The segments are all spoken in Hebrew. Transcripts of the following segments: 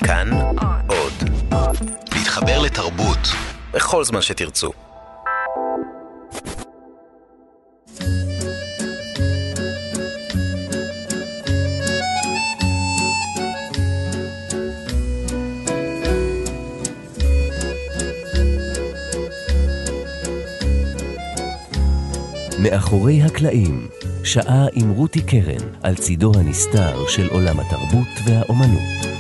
כאן עוד. להתחבר לתרבות בכל זמן שתרצו. מאחורי הקלעים, שעה עם רותי קרן על צידו הנסתר של עולם התרבות והאומנות.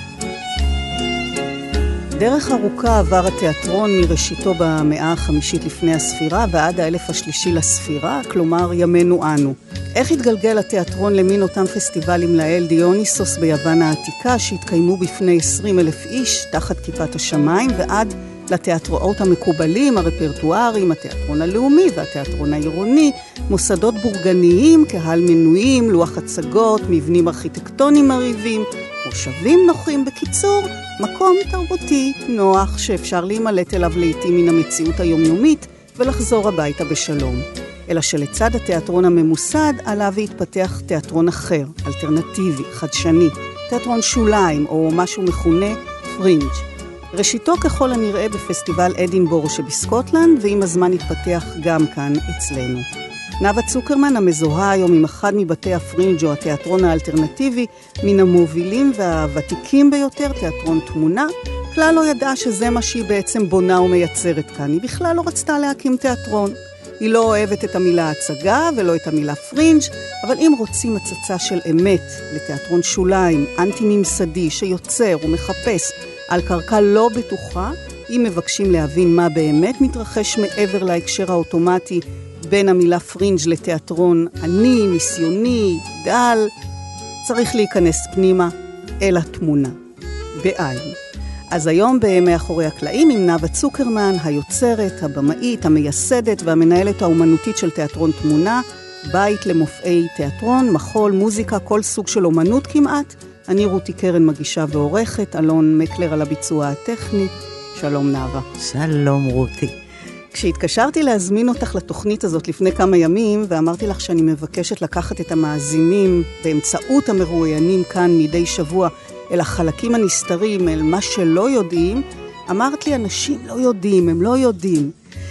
דרך ארוכה עבר התיאטרון מראשיתו במאה החמישית לפני הספירה ועד האלף השלישי לספירה, כלומר ימינו אנו. איך התגלגל התיאטרון למין אותם פסטיבלים לאל דיוניסוס ביוון העתיקה שהתקיימו בפני 20,000 איש תחת כיפת השמיים, ועד לתיאטראות המקובלים, הרפרטואריים, התיאטרון הלאומי והתיאטרון העירוני, מוסדות בורגניים, קהל מנויים, לוח הצגות, מבנים ארכיטקטוניים מרהיבים, מושבים נוחים, בקיצור, מקום תרבותי נוח שאפשר להימלט אליו לעתים מן המציאות היומיומית ולחזור הביתה בשלום. אלא שלצד התיאטרון הממוסד עליו והתפתח תיאטרון אחר, אלטרנטיבי, חדשני, תיאטרון שוליים או משהו מכונה פרינג'. ראשיתו ככל הנראה בפסטיבל אדינבורו שבסקוטלנד, ועם הזמן התפתח גם כאן אצלנו. נאוה צוקרמן, המזוהה היום עם אחד מבתי הפרינג' או התיאטרון האלטרנטיבי, מן המובילים והוותיקים ביותר, תיאטרון תמונה, כלל לא ידעה שזה מה שהיא בעצם בונה ומייצרת כאן. היא בכלל לא רצתה להקים תיאטרון. היא לא אוהבת את המילה הצגה ולא את המילה פרינג', אבל אם רוצים הצצה של אמת לתיאטרון שוליים, אנטי-ממסדי שיוצר ומחפש על קרקע לא בטוחה, אם מבקשים להבין מה באמת מתרחש מעבר להקשר האוטומטי בין המילה פרינג' לתיאטרון עני, ניסיוני, דל, צריך להיכנס פנימה אל התמונה, בעין. אז היום במאחורי הקלעים עם נאוה צוקרמן, היוצרת, הבמאית, המייסדת והמנהלת האומנותית של תיאטרון תמונה, בית למופעי תיאטרון, מחול, מוזיקה, כל סוג של אומנות כמעט. אני רותי קרן, מגישה ועורכת, אלון מקלר על הביצוע הטכני. שלום נאוה. שלום רותי. כשהתקשרתי להזמין אותך לתוכנית הזאת לפני כמה ימים, ואמרתי לך שאני מבקשת לקחת את המאזינים באמצעות המרואיינים כאן מדי שבוע אל החלקים הנסתרים, אל מה שלא יודעים, אמרת לי, אנשים לא יודעים, הם לא יודעים.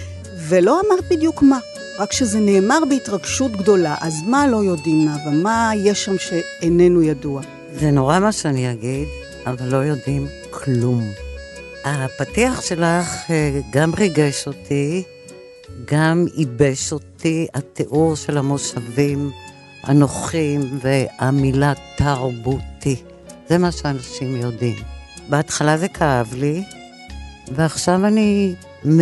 ולא אמרת בדיוק מה, רק שזה נאמר בהתרגשות גדולה. אז מה לא יודעים נאוה? מה יש שם שאיננו ידוע? זה נורא מה שאני אגיד, אבל לא יודעים כלום. הפתיח שלך גם ריגש אותי, גם ייבש אותי, התיאור של המושבים הנוחים והמילה תרבותי. זה מה שאנשים יודעים. בהתחלה זה כאב לי, ועכשיו אני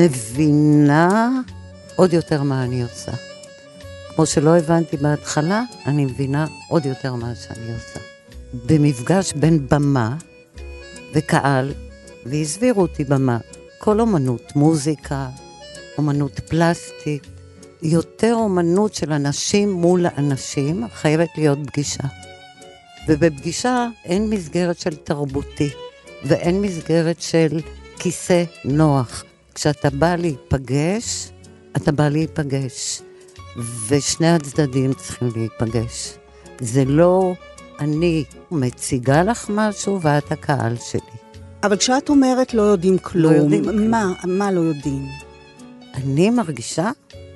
מבינה עוד יותר מה אני עושה. כמו שלא הבנתי בהתחלה, אני מבינה עוד יותר מה שאני עושה. במפגש בין במה וקהל, והסבירו אותי במה, כל אומנות, מוזיקה, אומנות פלסטית, יותר אומנות של אנשים מול אנשים, חייבת להיות פגישה. ובפגישה אין מסגרת של תרבותי, ואין מסגרת של כיסא נוח. כשאתה בא להיפגש, אתה בא להיפגש, ושני הצדדים צריכים להיפגש. זה לא אני מציגה לך משהו ואת הקהל שלי. אבל כשאת אומרת לא יודעים כלום, לא יודעים כלום. מה לא יודעים? אני מרגישה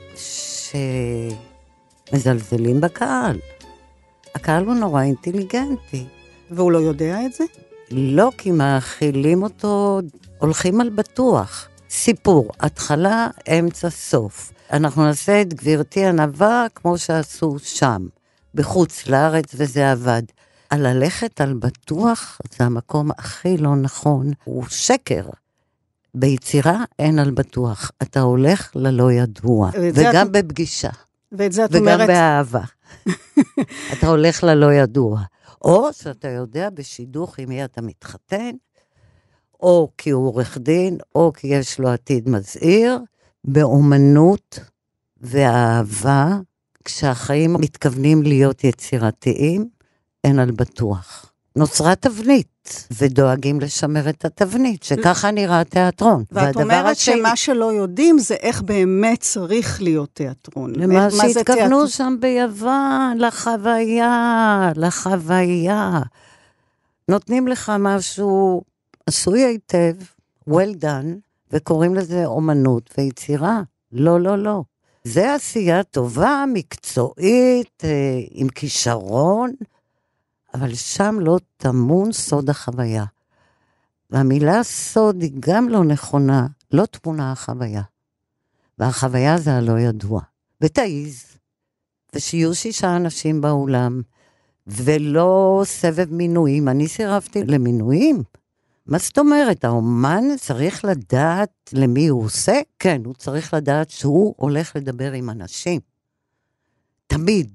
שמזלזלים בקהל. הקהל הוא נורא אינטליגנטי. והוא לא יודע את זה? לא, כי מאכילים אותו, הולכים על בטוח. סיפור, התחלה, אמצע, סוף. אנחנו נעשה את גבירתי הנבה כמו שעשו שם, בחוץ לארץ, וזה עבד. על ללכת על בטוח, זה המקום הכי לא נכון, הוא שקר. ביצירה אין על בטוח, אתה הולך ללא ידוע, וגם בפגישה. ואת זה את וגם אומרת... באהבה. אתה הולך ללא ידוע. או שאתה יודע בשידוך עם מי אתה מתחתן, או כי הוא עורך דין, או כי יש לו עתיד מזהיר, באומנות ואהבה, כשהחיים מתכוונים להיות יצירתיים, אין על בטוח. נוצרה תבנית, ודואגים לשמר את התבנית, שככה נראה תיאטרון. ואת אומרת שמה שלא יודעים זה איך באמת צריך להיות תיאטרון. למה שהתכוונו שם ביוון, לחוויה. נותנים לך משהו עשוי היטב, well done, וקוראים לזה אומנות ויצירה. לא, לא, לא. זה עשייה טובה, מקצועית, עם כישרון, אבל שם לא טמון סוד החוויה. והמילה סוד היא גם לא נכונה, לא תמונה החוויה. והחוויה זה הלא ידוע. ותעיז, ושיהיו 6 אנשים באולם, ולא סבב מינויים. אני סירבתי למינויים. מה זאת אומרת? האומן צריך לדעת למי הוא עושה? כן, הוא צריך לדעת שהוא הולך לדבר עם אנשים. תמיד.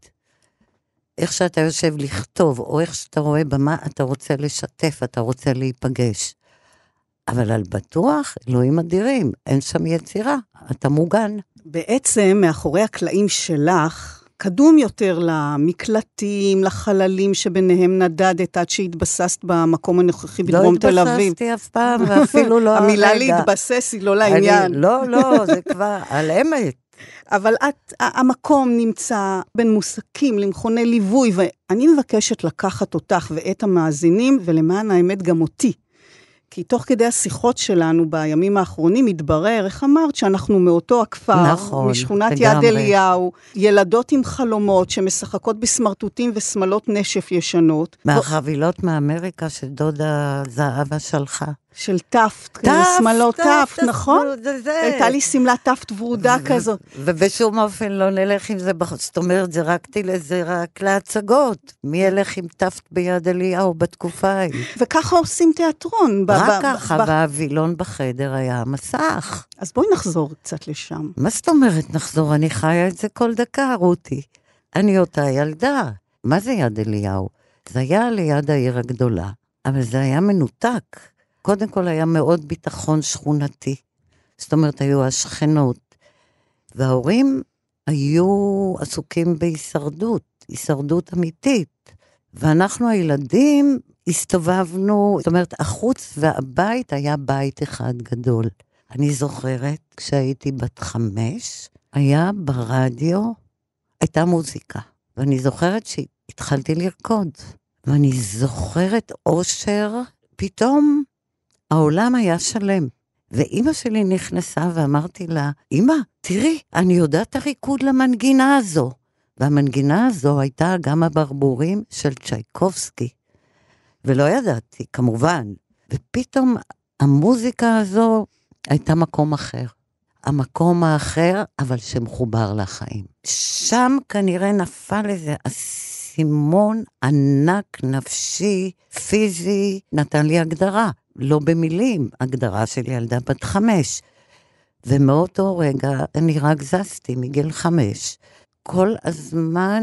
איך שאתה יושב לכתוב, או איך שאתה רואה במה אתה רוצה לשתף, אתה רוצה להיפגש. אבל על בטוח, אלוהים אדירים, אין שם יצירה, אתה מוגן. בעצם, מאחורי הקלעים שלך, קדום יותר למקלטים, לחללים שביניהם נדדת, עד שהתבססת במקום הנוכחי בדרום תל אביב. לא התבססתי אף פעם, ואפילו לא הרגע. המילה להתבסס היא לא לעניין. לא, זה כבר על אמת. אבל המקום נמצא בין מוסקים למכוני ליווי, ואני מבקשת לקחת אותך ואת המאזינים, ולמען האמת גם אותי. כי תוך כדי השיחות שלנו בימים האחרונים התברר, איך אמרת, שאנחנו מאותו הכפר, נכון, משכונת יד אליהו, ילדות עם חלומות שמשחקות בסמרטוטים ושמלות נשף ישנות. מהחבילות מאמריקה שדודה זהבה שלחה. של טפט, שמלות טפט, נכון? הייתה לי סמלת טפט ורודה כזו. ובשום אופן לא נלך עם זה, זאת אומרת, זה רק להצגות. מי ילך עם טפט ביד אליהו בתקופה ההיא? וככה עושים תיאטרון. רק ככה, והווילון בחדר היה מסך. אז בואי נחזור קצת לשם. מה זאת אומרת נחזור? אני חיה את זה כל דקה, רותי. אני אותה ילדה. מה זה יד אליהו? זה היה ליד העיר הגדולה, אבל זה היה מנותק. קודם כל היה מאוד ביטחון שכונתי. זאת אומרת, היו השכנות. וההורים היו עסוקים בהישרדות, הישרדות אמיתית. ואנחנו הילדים הסתובבנו, זאת אומרת, החוץ והבית היה בית אחד גדול. אני זוכרת, כשהייתי בת 5, היה ברדיו, הייתה מוזיקה. ואני זוכרת שהתחלתי לרקוד. ואני זוכרת אושר, פתאום העולם היה שלם. ואמא שלי נכנסה ואמרתי לה, אמא, תראי, אני יודעת הריקוד למנגינה הזו. והמנגינה הזו הייתה גם הברבורים של צ'ייקובסקי. ולא ידעתי, כמובן. ופתאום המוזיקה הזו הייתה מקום אחר. המקום האחר, אבל שמחובר לחיים. שם כנראה נפל איזה אסימון ענק, נפשי, פיזי, נתן לי הגדרה. לא במילים, הגדרה של ילדה בת 5. ומאותו רגע אני רק זזתי מגיל 5. כל הזמן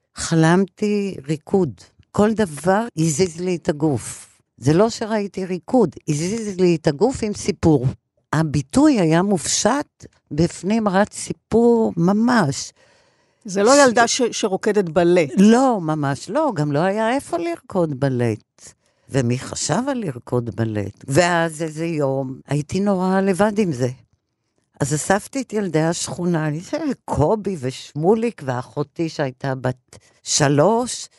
חלמתי ריקוד. כל דבר הזיז לי את הגוף. זה לא שראיתי ריקוד, הזיז לי את הגוף עם סיפור. הביטוי היה מופשט, בפנים רץ סיפור ממש. זה לא ילדה שרוקדת בלט. לא, ממש לא, גם לא היה איפה לרקוד בלט. ומי חשב על לרקוד בלט? ואז איזה יום הייתי נורא לבד עם זה. אז אספתי את ילדי השכונה, קובי ושמוליק ואחותי שהייתה בת 3,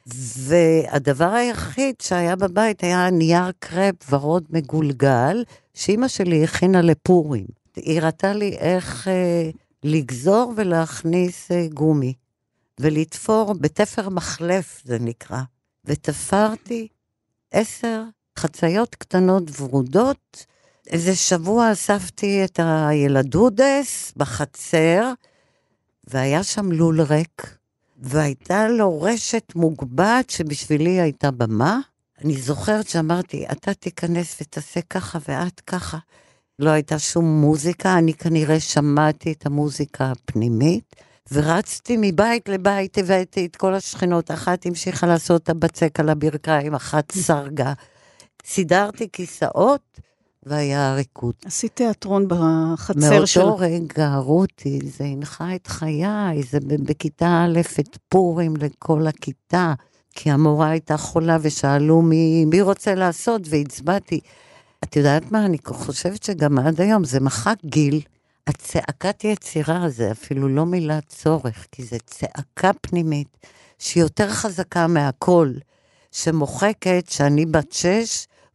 והדבר היחיד שהיה בבית היה נייר קרפ ורוד מגולגל, שאמא שלי הכינה לפורים. היא ראתה לי איך לגזור ולהכניס גומי, ולתפור בתפר מחלף זה נקרא, ותפרתי 10 חציות קטנות ורודות. איזה שבוע אספתי את הילדודס בחצר, והיה שם לול ריק, והייתה לו רשת מוגבעת שבשבילי הייתה במה. אני זוכרת שאמרתי, אתה תיכנס ותעשה ככה ואת ככה. לא הייתה שום מוזיקה, אני כנראה שמעתי את המוזיקה הפנימית, ורצתי מבית לבית, הבאתי את כל השכנות, אחת המשיכה לעשות את הבצק על הברכיים, אחת סרגה. סידרתי כיסאות, והיה ריקוד. עשית תיאטרון בחצר של... מאותו רגע, רותי, זה הנחה את חיי, זה בכיתה א' את פורים לכל הכיתה, כי המורה הייתה חולה ושאלו מי רוצה לעשות, והצבעתי. את יודעת מה, אני חושבת שגם עד היום זה מחק גיל, הצעקת יצירה הזה אפילו לא מילת צורך, כי זה צעקה פנימית, שהיא יותר חזקה מהכל, שמוחקת שאני בת 6,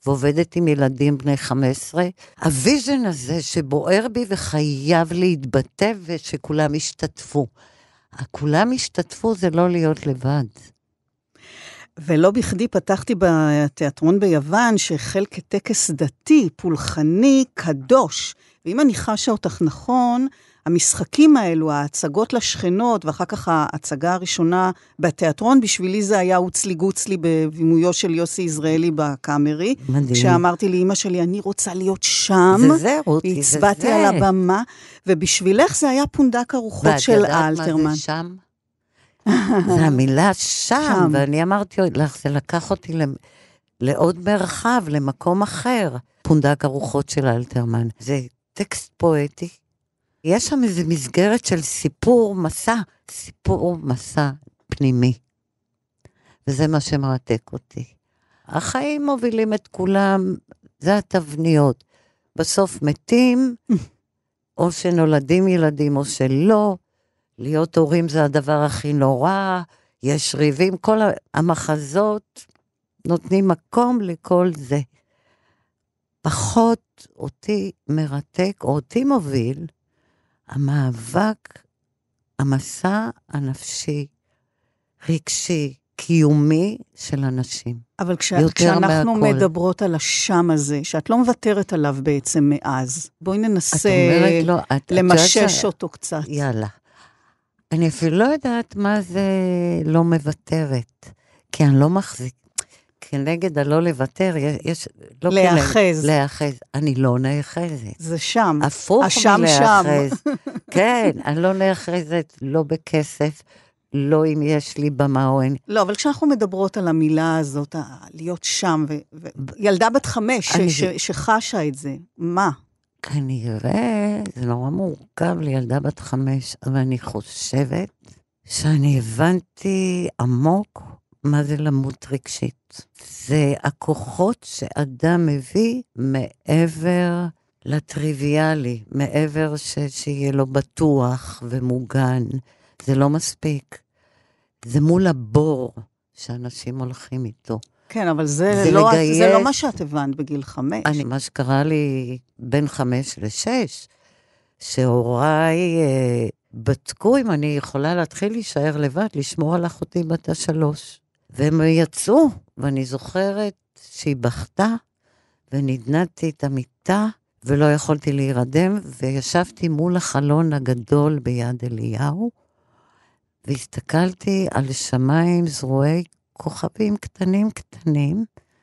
ועובדת עם ילדים בני 15, הוויז'ן הזה שבוער בי וחייב להתבטא ושכולם ישתתפו. כולם ישתתפו זה לא להיות לבד. ולא בכדי פתחתי בתיאטרון ביוון, שהחל כטקס דתי, פולחני, קדוש. ואם אני חשה אותך נכון, המשחקים האלו, ההצגות לשכנות, ואחר כך ההצגה הראשונה בתיאטרון, בשבילי זה היה הוצלי גוצלי בבימויו של יוסי יזרעאלי בקאמרי. מדהים. כשאמרתי לאמא שלי, אני רוצה להיות שם. זה רותי, זה הצבעתי על הבמה, ובשבילך זה היה פונדק הרוחות של אלתרמן. ואת יודעת מה זה שם? זה המילה שם, ואני אמרתי לך, זה לקח אותי לעוד מרחב, למקום אחר. פונדק הרוחות של אלתרמן. זה טקסט פואטי. יש שם איזו מסגרת של סיפור מסע פנימי. וזה מה שמרתק אותי. החיים מובילים את כולם, זה התבניות. בסוף מתים, או שנולדים ילדים או שלא, להיות הורים זה הדבר הכי נורא, יש ריבים, כל המחזות נותנים מקום לכל זה. פחות אותי מרתק, או אותי מוביל, המאבק, המסע הנפשי, רגשי, קיומי של אנשים. אבל כשאנחנו מדברות על השם הזה, שאת לא מוותרת עליו בעצם מאז, בואי ננסה למשש אותו קצת. יאללה. אני אפילו לא יודעת מה זה לא מוותרת, כי אני לא מחזיק. כנגד הלא לוותר, יש... להאחז. אני לא נאחזת. זה שם. הפוך מלהאחז. כן, אני לא נאחזת, לא בכסף, לא אם יש לי במה או אין. לא, אבל כשאנחנו מדברות על המילה הזאת, להיות שם, ילדה בת 5 שחשה את זה, מה? כנראה, זה נורא מורכב לילדה בת 5, אבל אני חושבת שאני הבנתי עמוק מה זה למות רגשית. זה הכוחות שאדם מביא מעבר לטריוויאלי, מעבר שיהיה לו בטוח ומוגן. זה לא מספיק. זה מול הבור שאנשים הולכים איתו. כן, אבל זה לא מה שאת הבנת בגיל 5. מה שקרה לי בין 5 ל-6, שהוריי בדקו אם אני יכולה להתחיל להישאר לבד, לשמור על אחותי בת 3. והם יצאו, ואני זוכרת שהיא בכתה, ונדנדתי את המיטה, ולא יכולתי להירדם, וישבתי מול החלון הגדול ביד אליהו, והסתכלתי על שמיים זרועי כוכבים קטנים קטנים,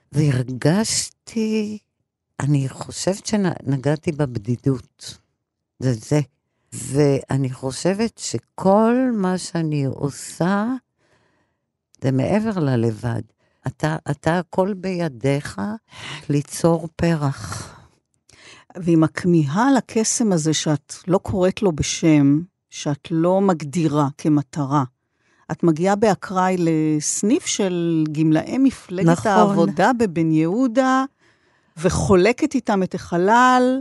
והרגשתי, אני חושבת שנגעתי בבדידות. זה. ואני חושבת שכל מה שאני עושה, זה מעבר ללבד. אתה הכל בידיך ליצור פרח. ועם הכמיהה לקסם הזה שאת לא קוראת לו בשם, שאת לא מגדירה כמטרה, את מגיעה באקראי לסניף של גמלאי מפלגת נכון. העבודה בבן יהודה, וחולקת איתם את החלל.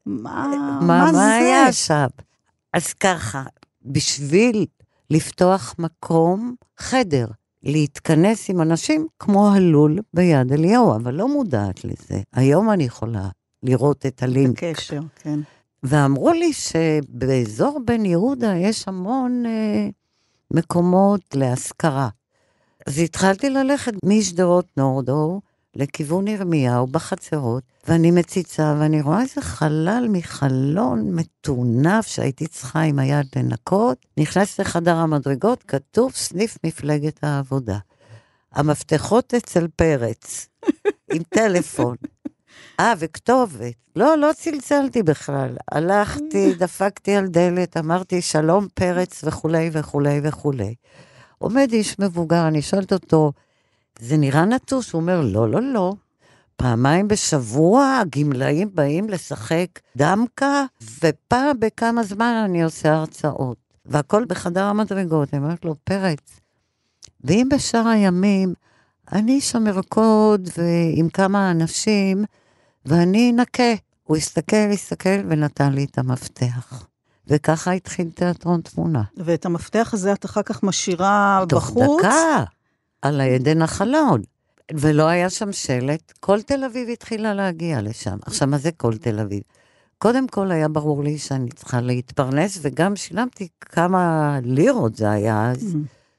מה זה? היה שם? אז ככה, בשביל לפתוח מקום, חדר, להתכנס עם אנשים כמו הלול ביד אליהו, אבל לא מודעת לזה. היום אני יכולה לראות את הלינק. בקשר, כן. ואמרו לי שבאזור בן יהודה יש המון מקומות להשכרה. אז התחלתי ללכת משדרות נורדו לכיוון ירמיהו בחצרות, ואני מציצה ואני רואה איזה חלל מחלון מטונף שהייתי צריכה עם היד לנקות. נכנס לחדר המדרגות, כתוב סניף מפלגת העבודה. המפתחות אצל פרץ, עם טלפון. וכתובת. לא צלצלתי בכלל. הלכתי, דפקתי על דלת, אמרתי שלום פרץ וכולי וכולי וכולי. עומד איש מבוגר, אני שואלת אותו, זה נראה נטוש? הוא אומר, לא. פעמיים בשבוע הגמלאים באים לשחק דמקה, ופעם בכמה זמן אני עושה הרצאות. והכל בחדר המדרגות. אני אומרת לו, פרץ, ואם בשאר הימים, אני שם מרקוד ועם כמה אנשים, ואני נקה. הוא הסתכל ונתן לי את המפתח. וככה התחיל תיאטרון תמונה. ואת המפתח הזה את אחר כך משאירה בחוץ? תוך דקה, על הידן החלון. ולא היה שם שלט, כל תל אביב התחילה להגיע לשם. עכשיו, מה זה כל תל אביב? קודם כל היה ברור לי שאני צריכה להתפרנס, וגם שילמתי כמה לירות זה היה אז,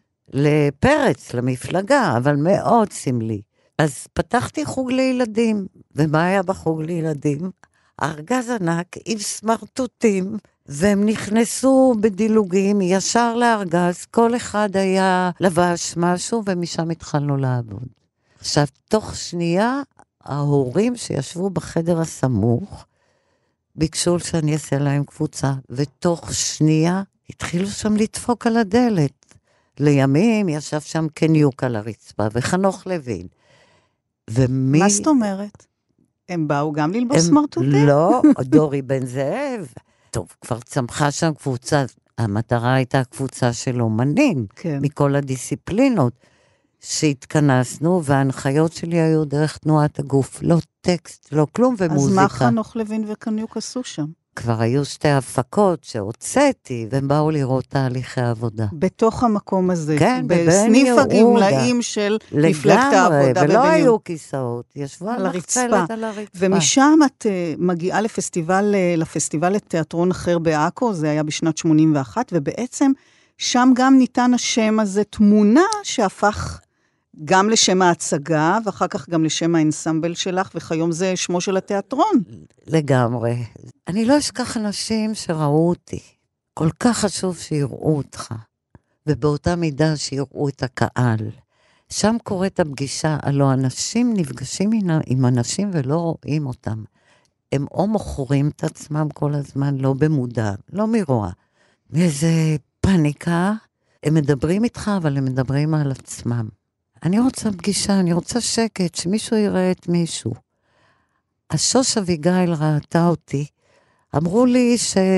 לפרץ, למפלגה, אבל מאוד סמלי. אז פתחתי חוג לילדים, ומה היה בחוג לילדים? ארגז ענק עם סמרטוטים, והם נכנסו בדילוגים ישר לארגז, כל אחד היה לבש משהו, ומשם התחלנו לעבוד. עכשיו, תוך שנייה, ההורים שישבו בחדר הסמוך, ביקשו שאני אעשה להם קבוצה, ותוך שנייה התחילו שם לדפוק על הדלת. לימים ישב שם קניוק על הרצפה, וחנוך לוין. מה זאת אומרת? הם באו גם ללבוס סמרטוטים? לא, דורי בן זאב. טוב, כבר צמחה שם קבוצה, המטרה הייתה קבוצה של אומנים, כן. מכל הדיסציפלינות שהתכנסנו, וההנחיות שלי היו דרך תנועת הגוף, לא טקסט, לא כלום ומוזיקה. אז מה חנוך לוין וקניוק עשו שם? כבר היו שתי הפקות שהוצאתי, והם באו לראות תהליכי עבודה. בתוך המקום הזה, כן, בסניף הגמלאים של מפלגת העבודה. ולא היו כיסאות, ישבו על מחצלת על הרצפה. ומשם את מגיעה לפסטיבל לתיאטרון אחר בעכו, זה היה בשנת 81, ובעצם שם גם ניתן השם הזה תמונה שהפך גם לשם ההצגה, ואחר כך גם לשם האנסמבל שלך, וכיום זה שמו של התיאטרון. לגמרי. אני לא אשכח אנשים שראו אותי. כל כך חשוב שיראו אותך, ובאותה מידה שיראו את הקהל. שם קורית הפגישה, הלא אנשים נפגשים עם אנשים ולא רואים אותם. הם או מוכרים את עצמם כל הזמן, לא במודע, לא מרוע. מאיזה פניקה, הם מדברים איתך, אבל הם מדברים על עצמם. אני רוצה פגישה, אני רוצה שקט, שמישהו יראה את מישהו. השוש אביגיל ראתה אותי, אמרו לי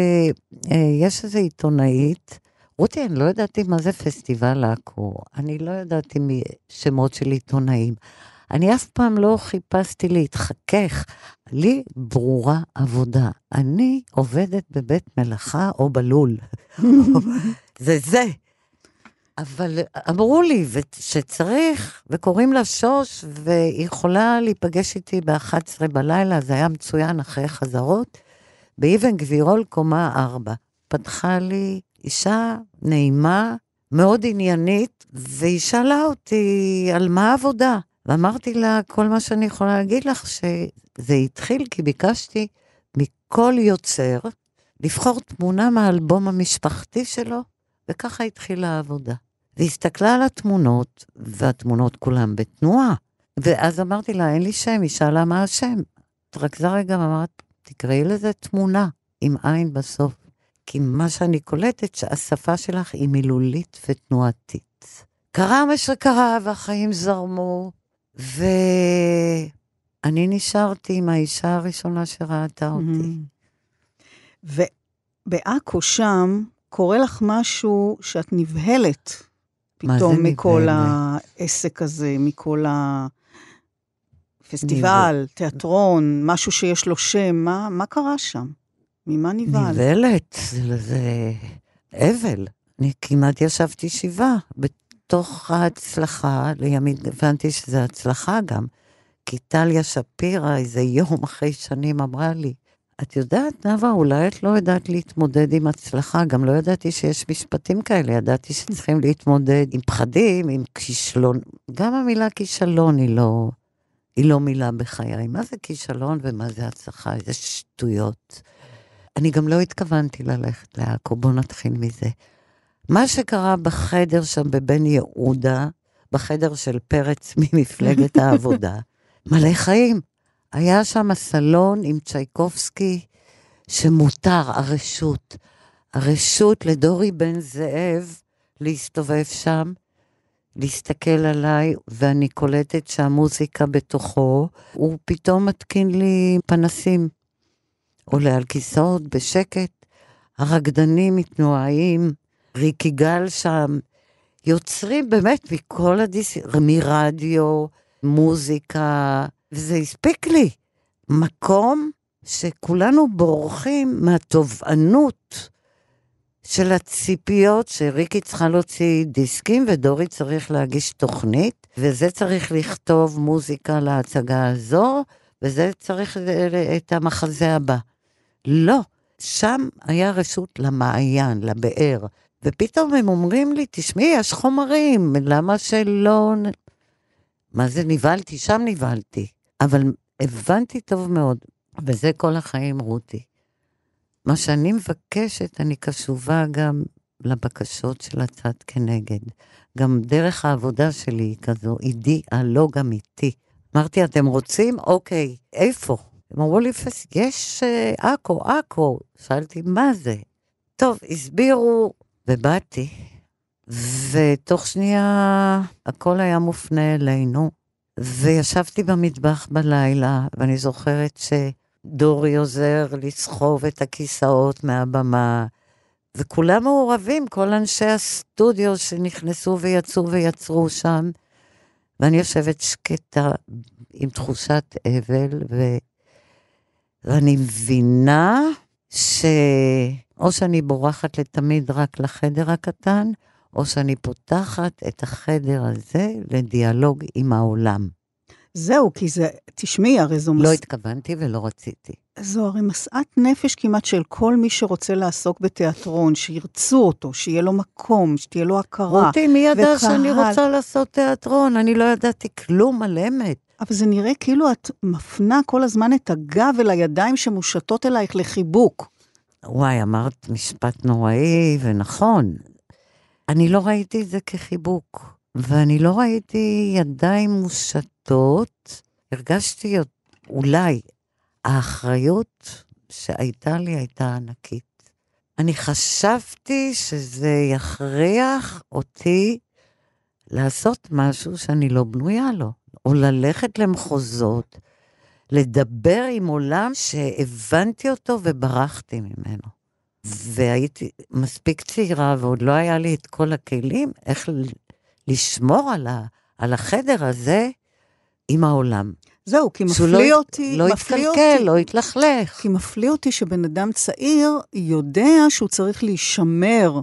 שיש איזו עיתונאית, רותי, אני לא ידעתי מה זה פסטיבל עכו, אני לא ידעתי שמות של עיתונאים, אני אף פעם לא חיפשתי להתחכך, לי ברורה עבודה, אני עובדת בבית מלאכה או בלול, זה. אבל אמרו לי שצריך, וקוראים לה שוש, והיא יכולה להיפגש איתי ב-11 בלילה, זה היה מצוין אחרי חזרות, באבן גבירול קומה 4. פתחה לי אישה נעימה, מאוד עניינית, והיא שאלה אותי על מה העבודה. ואמרתי לה, כל מה שאני יכולה להגיד לך, שזה התחיל כי ביקשתי מכל יוצר, לבחור תמונה מהאלבום המשפחתי שלו, וככה התחילה העבודה. והסתכלה על התמונות, והתמונות כולם בתנועה. ואז אמרתי לה, אין לי שם, היא שאלה מה השם. תרכזה רגע, אמרת, תקראי לזה תמונה, עם עין בסוף. כי מה שאני קולטת, שהשפה שלך היא מילולית ותנועתית. קרה מה שקרה, והחיים זרמו, ואני נשארתי עם האישה הראשונה שראתה אותי. ובעכו שם, קורה לך משהו שאת נבהלת, פתאום מכל העסק הזה, מכל הפסטיבל, תיאטרון, משהו שיש לו שם, מה קרה שם? ממה נבהלת? נבהלת, זה אבל. אני כמעט ישבתי שבעה, בתוך ההצלחה, לימים הבנתי שזה הצלחה גם, כי טליה שפירה, איזה יום אחרי שנים אמרה לי, את יודעת, נאווה, אולי את לא יודעת להתמודד עם הצלחה, גם לא ידעתי שיש משפטים כאלה, ידעתי שצריכים להתמודד עם פחדים, עם כישלון, גם המילה כישלון היא לא מילה בחיי, מה זה כישלון ומה זה הצלחה, איזה שטויות. אני גם לא התכוונתי ללכת לעכו, בוא נתחיל מזה. מה שקרה בחדר שם בבן יהודה, בחדר של פרץ ממפלגת העבודה, מלא חיים. היה שם הסלון עם צ'ייקובסקי שמותר, הרשות לדורי בן זאב להסתובב שם, להסתכל עליי, ואני קולטת שהמוזיקה בתוכו, הוא פתאום מתקין לי פנסים, עולה על כיסאות בשקט, הרקדנים מתנועים, ריקי גל שם, יוצרים באמת מכל מרדיו, מוזיקה, וזה הספיק לי. מקום שכולנו בורחים מהתובענות של הציפיות שריקי צריכה להוציא דיסקים ודורי צריך להגיש תוכנית, וזה צריך לכתוב מוזיקה להצגה הזו, וזה צריך את המחזה הבא. לא, שם היה רשות למעיין, לבאר, ופתאום הם אומרים לי, תשמעי, יש חומרים, למה שלא... מה זה נבלתי? שם נבלתי. אבל הבנתי טוב מאוד, וזה כל החיים רותי. מה שאני מבקשת, אני קשובה גם לבקשות של הצד כנגד. גם דרך העבודה שלי היא כזו, היא דיאלוג אמיתי. אמרתי, אתם רוצים? אוקיי, איפה? הם אמרו לי, יש אקו. שאלתי, מה זה? טוב, הסבירו, ובאתי, ותוך שנייה הכל היה מופנה אלינו, וישבתי במטבח בלילה, ואני זוכרת שדורי עוזר לסחוב את הכיסאות מהבמה, וכולם מעורבים, כל אנשי הסטודיו שנכנסו ויצאו ויצרו שם, ואני יושבת שקטה עם תחושת אבל, ואני מבינה או שאני בורחת לתמיד רק לחדר הקטן, או שאני פותחת את החדר הזה לדיאלוג עם העולם. זהו, כי זה, תשמעי, הרי זו... לא התכוונתי ולא רציתי. זו הרי משאת נפש כמעט של כל מי שרוצה לעסוק בתיאטרון, שירצו אותו, שיהיה לו מקום, שתהיה לו הכרה. רותי, מי ידע שאני רוצה לעשות תיאטרון? אני לא ידעתי כלום על אמת. אבל זה נראה כאילו את מפנה כל הזמן את הגב אל הידיים שמושטות אלייך לחיבוק. וואי, אמרת משפט נוראי ונכון. אני לא ראיתי את זה כחיבוק, ואני לא ראיתי ידיים מושטות. הרגשתי אולי האחריות שהייתה לי הייתה ענקית. אני חשבתי שזה יכריח אותי לעשות משהו שאני לא בנויה לו, או ללכת למחוזות, לדבר עם עולם שהבנתי אותו וברחתי ממנו. והייתי מספיק צעירה, ועוד לא היה לי את כל הכלים, איך לשמור על החדר הזה עם העולם. זהו, כי מפליא אותי... לא יתקלקל, לא יתלכלך. כי מפליא אותי שבן אדם צעיר יודע שהוא צריך להישמר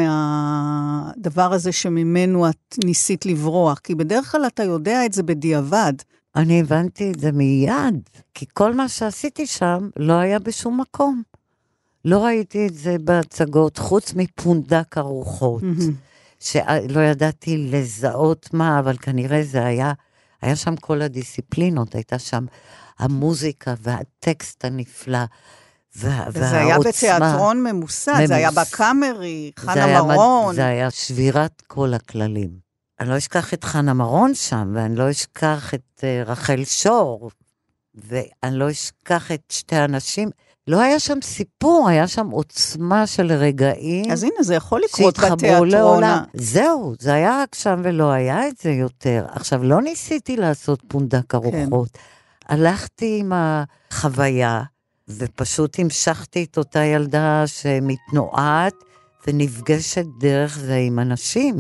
מהדבר הזה שממנו את ניסית לברוח, כי בדרך כלל אתה יודע את זה בדיעבד. אני הבנתי את זה מיד, כי כל מה שעשיתי שם לא היה בשום מקום. לא ראיתי את זה בהצגות, חוץ מפונדק הרוחות, שלא ידעתי לזהות מה, אבל כנראה זה היה שם כל הדיסציפלינות, הייתה שם המוזיקה והטקסט הנפלא, וזה היה בתיאטרון ממוסד, זה היה בקאמרי, חנה מרון. זה היה שבירת כל הכללים. אני לא אשכח את חנה מרון שם, ואני לא אשכח את רחל שור, ואני לא אשכח את שתי אנשים. לא היה שם סיפור, היה שם עוצמה של רגעים. אז הנה, זה יכול לקרות בתיאטרון. זהו, זה היה רק שם ולא היה את זה יותר. עכשיו, לא ניסיתי לעשות פונדק ארוחות. כן. הלכתי עם החוויה, ופשוט המשכתי את אותה ילדה שמתנועת, ונפגשת דרך זה עם אנשים.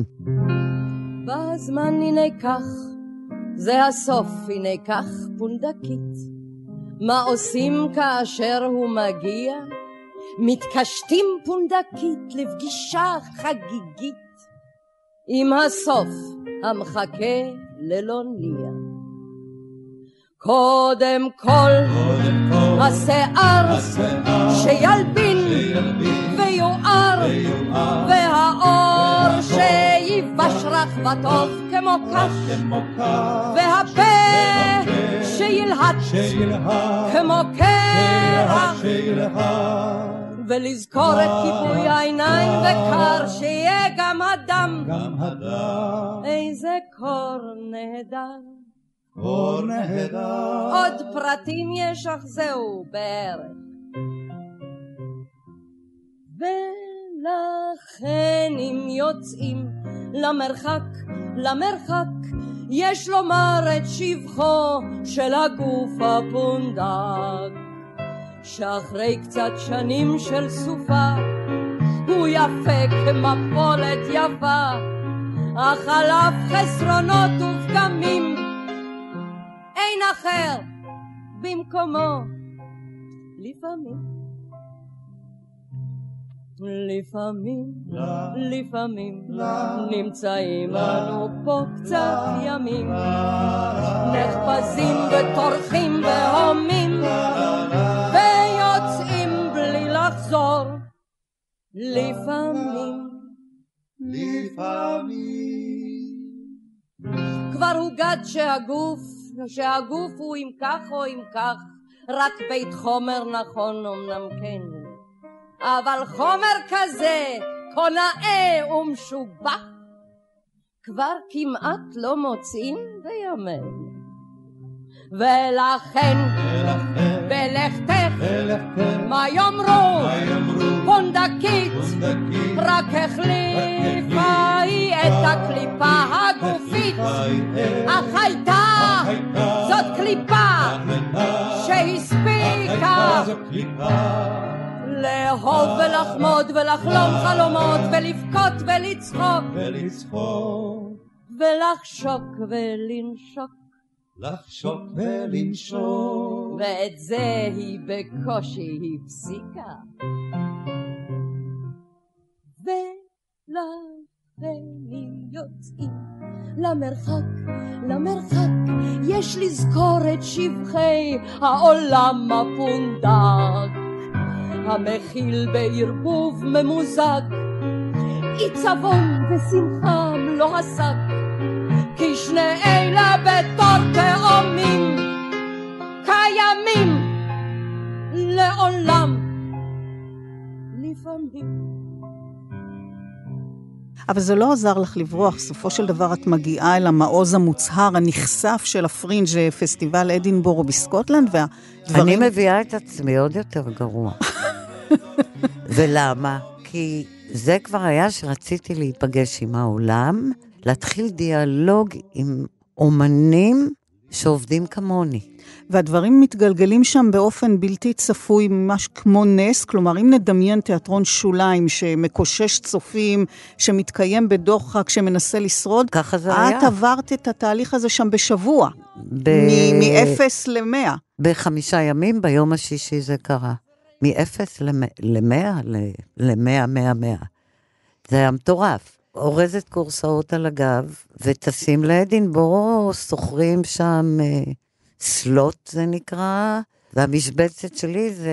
בזמן הנה כך, זה הסוף, הנה כך פונדקית. מה עושים כאשר הוא מגיע? מתקשטים פונדקית לפגישה חגיגית עם הסוף המחכה ללוניה. קודם כל השיער שילבין ויוער, והאור שיבש רך וטוב כמו קש, והפה שילהט כמו קרח, ולזכור את כיבוי העיניים וקר שיהיה גם הדם. איזה קור נהדר, עוד פרטים יש אך זהו בערך. ולכן אם יוצאים למרחק יש לומר את שבחו של הגוף הפונדק, שאחרי קצת שנים של סופה הוא יפה כמפולת יפה, אך עליו חסרונות ופגמים אין אחר במקומו לפעמים. לפעמים נמצאים אנו פה קצת ימים, נחפזים וטורחים והומים, ויוצאים בלי לחזור. לפעמים כבר הוגד שהגוף הוא אם כך או אם כך, רק בית חומר נכון אמנם כן, אבל חומר כזה קונאה ומשובח כבר כמעט לא מוצאים בימינו. ולכן בלכתך מה יאמרו פונדקית, רק החליפה היא את הקליפה הגופית, אך הייתה זאת קליפה שהספיקה לאהוב ולחמוד ולחלום חלומות ולבכות ולצחוק ולחשוק ולנשוק, לחשוק ולנשוק, ואת זה היא בקושי הפסיקה. ולכנים יוצאים למרחק, יש לזכור את שבחי העולם הפונדק, המכיל בערבוב ממוזג עיצבון ושמחה לא הסק, כי שני אלה בתור תאומים קיימים לעולם. לפעמים אבל זה לא עזר לך לברוח, סופו של דבר את מגיעה אל המעוז המוצהר, הנחשף של הפרינג' פסטיבל אדינבורו בסקוטלנד, והדברים... אני מביאה את עצמי עוד יותר גרוע. ולמה? כי זה כבר היה שרציתי להיפגש עם העולם, להתחיל דיאלוג עם אומנים שעובדים כמוני. והדברים מתגלגלים שם באופן בלתי צפוי, ממש כמו נס, כלומר אם נדמיין תיאטרון שוליים שמקושש צופים, שמתקיים בדוחק, שמנסה לשרוד, ככה זה היה. את עברת את התהליך הזה שם בשבוע, מ-0 ל-100. ב5 ימים, ביום השישי זה קרה. מ-0 ל-100, ל-100, 100, 100. זה היה מטורף. אורזת קורסאות על הגב, וטסים לאדינבורו, סוחרים שם סלוט זה נקרא, והמשבצת שלי זה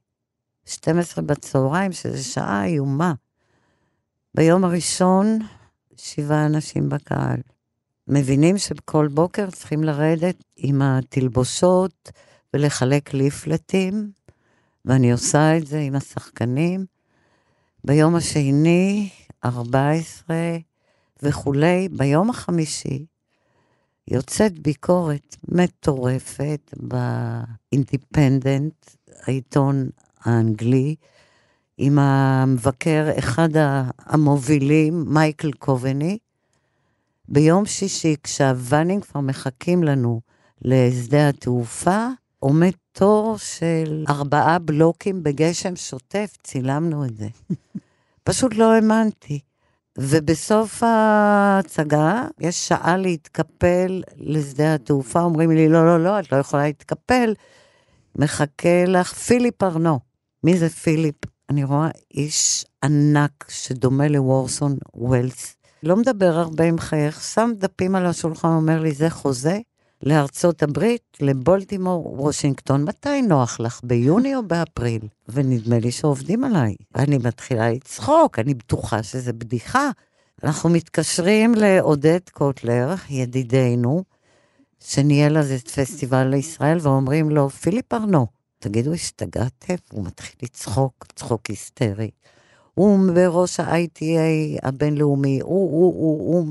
12 בצהריים, שזה שעה איומה. ביום הראשון, 7 אנשים בקהל. מבינים שבכל בוקר צריכים לרדת עם התלבושות, ולחלק ליפלטים, ואני עושה את זה עם השחקנים. ביום השני, 14 וכולי, ביום החמישי, יוצאת ביקורת מטורפת באינדיפנדנט, העיתון האנגלי, עם המבקר, אחד המובילים, מייקל קובני. ביום שישי, כשהוונים כבר מחכים לנו לשדה התעופה, עומד תור של 4 בלוקים בגשם שוטף, צילמנו את זה. פשוט לא האמנתי. ובסוף ההצגה, יש שעה להתקפל לשדה התעופה, אומרים לי, לא, את לא יכולה להתקפל, מחכה לך פיליפ ארנו. מי זה פיליפ? אני רואה איש ענק שדומה לוורסון ווילס. לא מדבר הרבה עם חייך, שם דפים על השולחן, אומר לי, זה חוזה לארצות הברית, לבולטימור, וושינגטון. מתי נוח לך? ביוני או באפריל? ונדמה לי שעובדים עליי. אני מתחילה לצחוק, אני בטוחה שזה בדיחה. אנחנו מתקשרים לעודד קוטלר, ידידנו, שניהל אז את פסטיבל לישראל, ואומרים לו, פיליפ ארנו, תגידו, השתגעתם? הוא מתחיל לצחוק, צחוק היסטרי. הוא בראש ה-ITA הבינלאומי, הוא.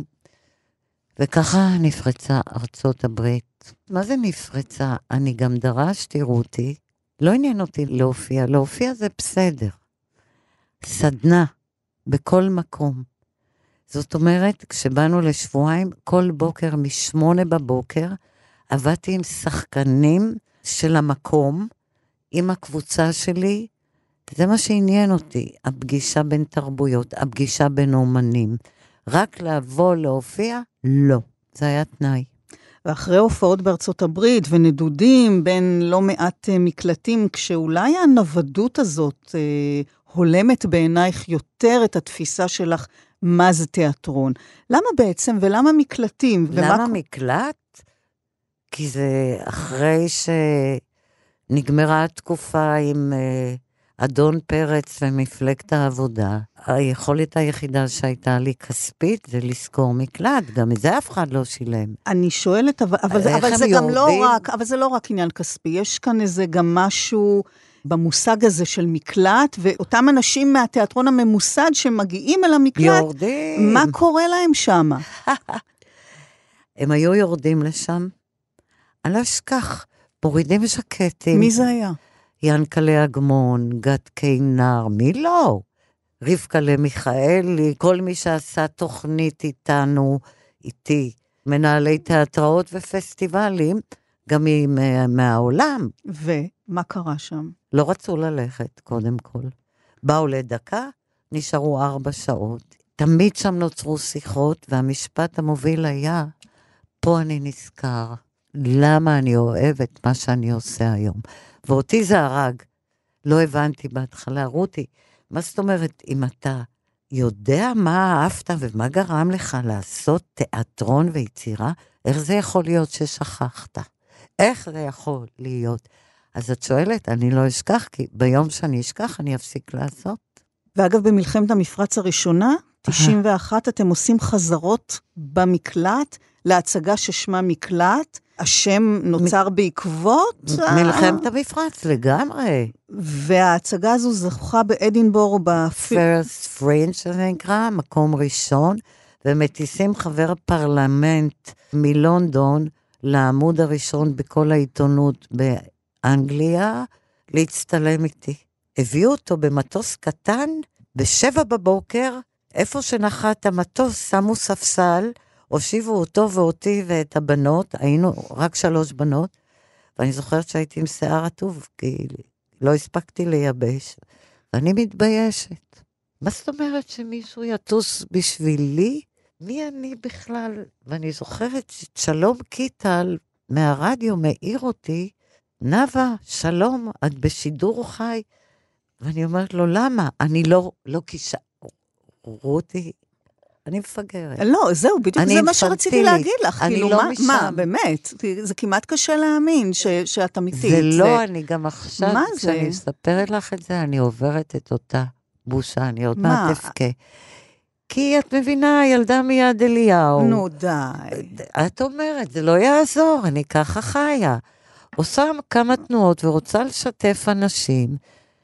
וככה נפרצה ארצות הברית. מה זה נפרצה? אני גם דרשתי, רותי, לא עניין אותי להופיע זה בסדר. סדנה, בכל מקום. זאת אומרת, כשבאנו לשבועיים, כל בוקר מ8 בבוקר, עבדתי עם שחקנים של המקום, עם הקבוצה שלי, זה מה שעניין אותי, הפגישה בין תרבויות, הפגישה בין אומנים. רק לבוא להופיע? לא. זה היה תנאי. ואחרי הופעות בארצות הברית ונדודים בין לא מעט מקלטים, כשאולי הנוודות הזאת הולמת בעינייך יותר את התפיסה שלך מה זה תיאטרון. למה בעצם ולמה מקלטים? למה מקלט? כי זה אחרי שנגמרה התקופה עם אדון פרץ ומפלגת העבודה. היכולת היחידה שהייתה לי כספית זה לזכור מקלט, גם את זה אף אחד לא שילם. אני שואלת, אבל זה גם לא רק, אבל זה לא רק עניין כספי, יש כאן איזה גם משהו במושג הזה של מקלט, ואותם אנשים מהתיאטרון הממוסד שמגיעים אל המקלט, יורדים. מה קורה להם שם? הם היו יורדים לשם, אני לא אשכח, מורידים ז'קטים. מי זה היה? ינקלה אגמון, גת קינר, מי לא? רבקלה מיכאלי, כל מי שעשה תוכנית איתנו, איתי, מנהלי תיאטראות ופסטיבלים, גם מהעולם. ומה קרה שם? לא רצו ללכת, קודם כל. באו לדקה, נשארו 4 שעות. תמיד שם נוצרו שיחות, והמשפט המוביל היה, פה אני נזכר, למה אני אוהב את מה שאני עושה היום. ואותי זה הרג. לא הבנתי בהתחלה, רותי, מה זאת אומרת, אם אתה יודע מה אהבת ומה גרם לך לעשות תיאטרון ויצירה, איך זה יכול להיות ששכחת? איך זה יכול להיות? אז את שואלת, אני לא אשכח, כי ביום שאני אשכח, אני אפסיק לעשות. ואגב, במלחמת המפרץ הראשונה, 91, אתם עושים חזרות במקלט, להצגה ששמה מקלט, השם נוצר בעקבות. מלחמת המפרץ, לגמרי. וההצגה הזו זוכה באדינבורו פרסט פרינג' שזה נקרא, מקום ראשון, ומטיסים חבר פרלמנט מלונדון, לעמוד הראשון בכל העיתונות באנגליה, להצטלם איתי. הביאו אותו במטוס קטן, ב7 בבוקר, איפה שנחת המטוס, שמו ספסל, הושיבו אותו ואותי ואת הבנות, היינו רק 3 בנות, ואני זוכרת שהייתי עם שיער עטוב, כי לא הספקתי לייבש, ואני מתביישת. מה זאת אומרת שמישהו יטוס בשבילי? מי אני בכלל? ואני זוכרת ששלום קיטל מהרדיו מעיר אותי, נאווה, שלום, את בשידור חי, ואני אומרת לו, למה? אני לא קישה, רותי, אני מפגרת. לא, זהו, בדיוק זה מה שרציתי להגיד לך. כאילו, מה, באמת? זה כמעט קשה להאמין שאת אמיתית. זה לא, אני גם עכשיו, כשאני מספרת לך את זה, אני עוברת את אותה בושה, אני עוד מעט תפקה. כי את מבינה, ילדה מיד אליהו. נו, די. את אומרת, זה לא יעזור, אני ככה חיה. עושה כמה תנועות ורוצה לשתף אנשים,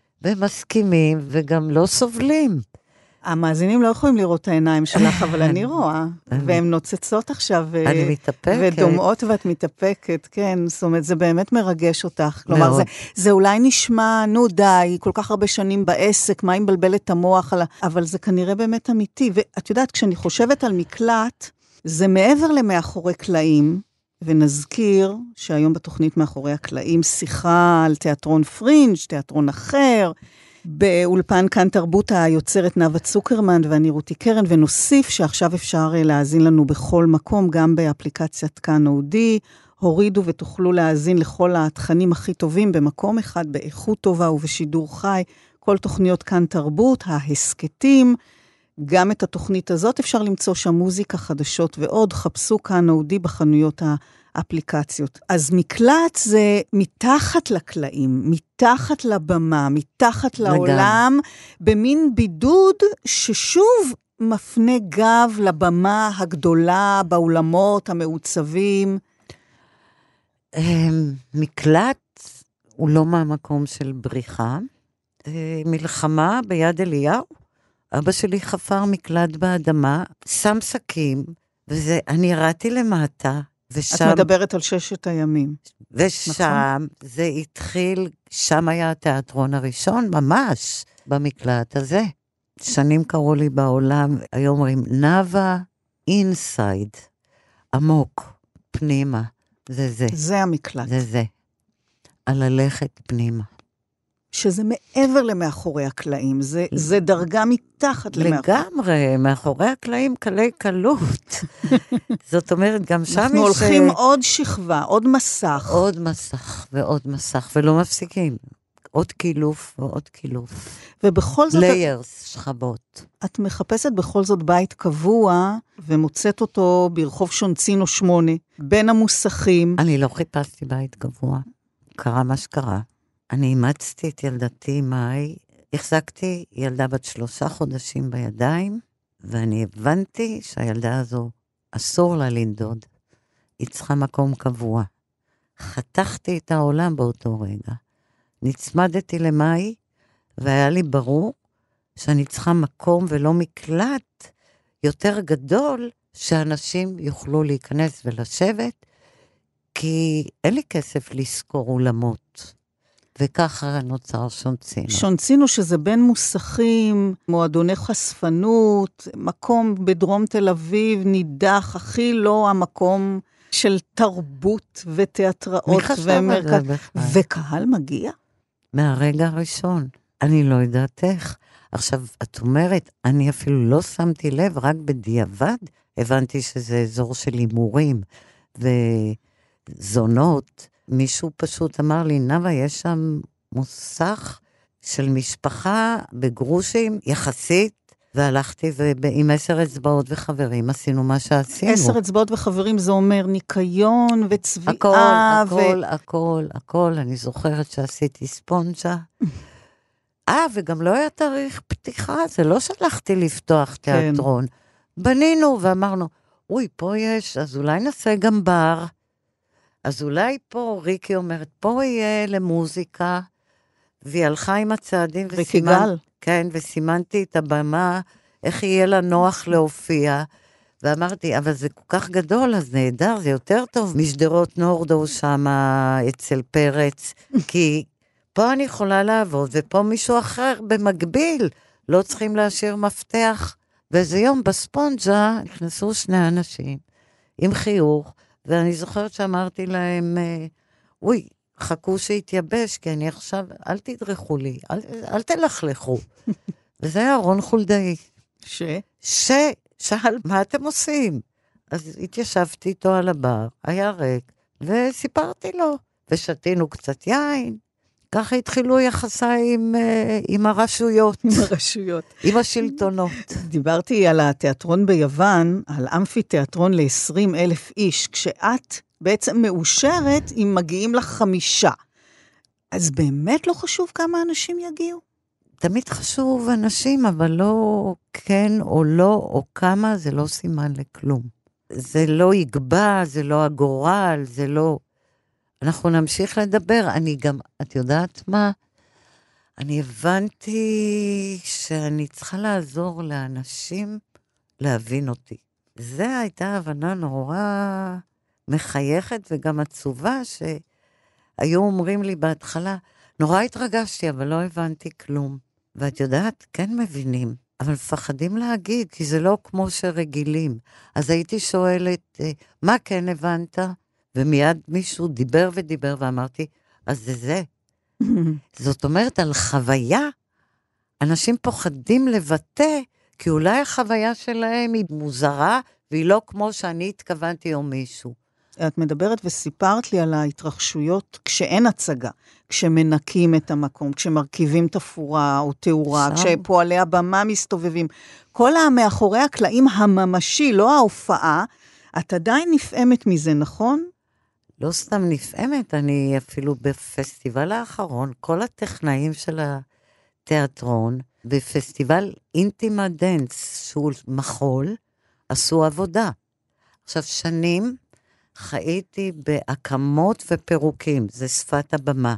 ומסכימים וגם לא סובלים. המאזינים לא יכולים לראות את העיניים שלך, אבל אני רואה, והן נוצצות עכשיו, אני מתאפקת. ודומעות ואת מתאפקת, כן, זאת אומרת, זה באמת מרגש אותך, כלומר, זה אולי נשמע, נו די, כל כך הרבה שנים בעסק, מה אם בלבל את המוח, אבל זה כנראה באמת אמיתי, ואת יודעת, כשאני חושבת על מקלט, זה מעבר למאחורי קלעים, ונזכיר שהיום בתוכנית מאחורי הקלעים, שיחה על תיאטרון פרינג', תיאטרון אחר, באולפן כאן תרבות היוצרת נאווה צוקרמן ואני רותי קרן, ונוסיף שעכשיו אפשר להאזין לנו בכל מקום, גם באפליקציית כאן אודי, הורידו ותוכלו להאזין לכל התכנים הכי טובים במקום אחד, באיכות טובה ובשידור חי, כל תוכניות כאן תרבות, ההסקטים, גם את התוכנית הזאת אפשר למצוא שם מוזיקה, חדשות ועוד, חפשו כאן אודי בחנויות האפליקציות. אז מקלט זה מתחת לקלעים, מתחת לבמה, מתחת לעולם, במין בידוד ששוב מפנה גב לבמה הגדולה, באולמות המעוצבים. מקלט הוא לא מהמקום של בריחה. מלחמה ביד אליהו. אבא שלי חפר מקלט באדמה, שם סכים, אני ירדתי למטה, ושם... את מדברת על 6 הימים. ושם נכון? זה התחיל, שם היה התיאטרון הראשון, ממש, במקלט הזה. שנים קראו לי בעולם, היום אומרים, נאווה אינסייד, עמוק, פנימה, זה. זה המקלט. זה. על ללכת פנימה. שזה מעבר למאחורי הקלעים, זה דרגה מתחת למאחורי. לגמרי, מאחורי הקלעים קלי קלות. זאת אומרת, גם שם אנחנו הולכים עוד שכבה, עוד מסך. עוד מסך ועוד מסך, ולא מפסיקים. עוד קילוף ועוד קילוף. ובכל זאת... ליירס, שכבות. את מחפשת בכל זאת בית קבוע, ומוצאת אותו ברחוב שונצינו 8, בין המוסכים. אני לא חיפשתי בית קבוע. קרה מה שקרה. אני אימצתי את ילדתי מאי, החזקתי ילדה בת 3 חודשים בידיים, ואני הבנתי שהילדה הזו אסור לה לנדוד. היא צריכה מקום קבוע. חתכתי את העולם באותו רגע. נצמדתי למאי, והיה לי ברור שאני צריכה מקום ולא מקלט יותר גדול, שאנשים יוכלו להיכנס ולשבת, כי אין לי כסף לזכור אולמות. וככה נוצר שונצינו. שונצינו שזה בין מוסכים, מועדוני חשפנות, מקום בדרום תל אביב, נידח, הכי לא המקום של תרבות ותיאטראות. מי חשב על זה בכלל? וקהל מגיע? מהרגע הראשון. אני לא יודעת איך. עכשיו, את אומרת, אני אפילו לא שמתי לב, רק בדיעבד הבנתי שזה אזור של הימורים וזונות. מישהו פשוט אמר לי, נאווה, יש שם מוסך של משפחה בגרושים יחסית, והלכתי עם 10 אצבעות וחברים, עשינו מה שעשינו. 10 אצבעות וחברים זה אומר ניקיון וצביעה. הכל. אני זוכרת שעשיתי ספונג'ה. וגם לא היה תאריך פתיחה, זה לא שלחתי לפתוח תיאטרון. בנינו ואמרנו, אוי, פה יש, אז אולי נעשה גם בר. אז אולי פה, ריקי אומרת, פה יהיה למוזיקה, והיא הלכה עם הצעדים, ריקי גל. כן, וסימנתי את הבמה, איך יהיה לה נוח להופיע, ואמרתי, אבל זה כל כך גדול, אז נהדר, זה יותר טוב, משדרות נורדו שם, אצל פרץ, כי פה אני יכולה לעבוד, ופה מישהו אחר במקביל, לא צריכים להשאיר מפתח, ואיזה יום בספונג'ה, נכנסו 2 אנשים, עם חיוך, ואני זוכרת שאמרתי להם, אוי, חכו שיתייבש, כי אני עכשיו, אל תדרכו לי, אל תלכלכו. וזה היה רון חולדאי. שאל, מה אתם עושים? אז התיישבתי איתו על הבר, היה ריק, וסיפרתי לו, ושתינו קצת יין. ככה התחילו יחסיי עם הרשויות. עם הרשויות. עם השלטונות. דיברתי על התיאטרון ביוון, על אמפי תיאטרון ל-20,000 איש, כשאת בעצם מאושרת אם מגיעים לך 5. אז באמת לא חשוב כמה אנשים יגיעו? תמיד חשוב אנשים, אבל לא כן או לא, או כמה, זה לא סימן לכלום. זה לא יגבע, זה לא הגורל, זה לא... אנחנו נמשיך לדבר. אני גם, את יודעת מה? אני הבנתי שאני צריכה לעזור לאנשים להבין אותי. זו הייתה הבנה נורא מחייכת וגם עצובה, שהיו אומרים לי בהתחלה, נורא התרגשתי, אבל לא הבנתי כלום. ואת יודעת, כן מבינים, אבל מפחדים להגיד, כי זה לא כמו שרגילים. אז הייתי שואלת, מה כן הבנת? ומיד מישהו דיבר ודיבר, ואמרתי, אז זה. זאת אומרת, על חוויה, אנשים פוחדים לבטא, כי אולי החוויה שלהם היא מוזרה, והיא לא כמו שאני התכוונתי או מישהו. את מדברת וסיפרת לי על ההתרחשויות כשאין הצגה, כשמנקים את המקום, כשמרכיבים תפורה או תאורה, כשפועלי הבמה מסתובבים. כל המאחורי הקלעים הממשי, לא ההופעה, את עדיין נפעמת מזה, נכון? לא סתם נפעמת, אני אפילו בפסטיבל האחרון, כל הטכנאים של התיאטרון, בפסטיבל אינטימה דנס, שהוא מחול, עשו עבודה. עכשיו, שנים חייתי בהקמות ופירוקים, זה שפת הבמה.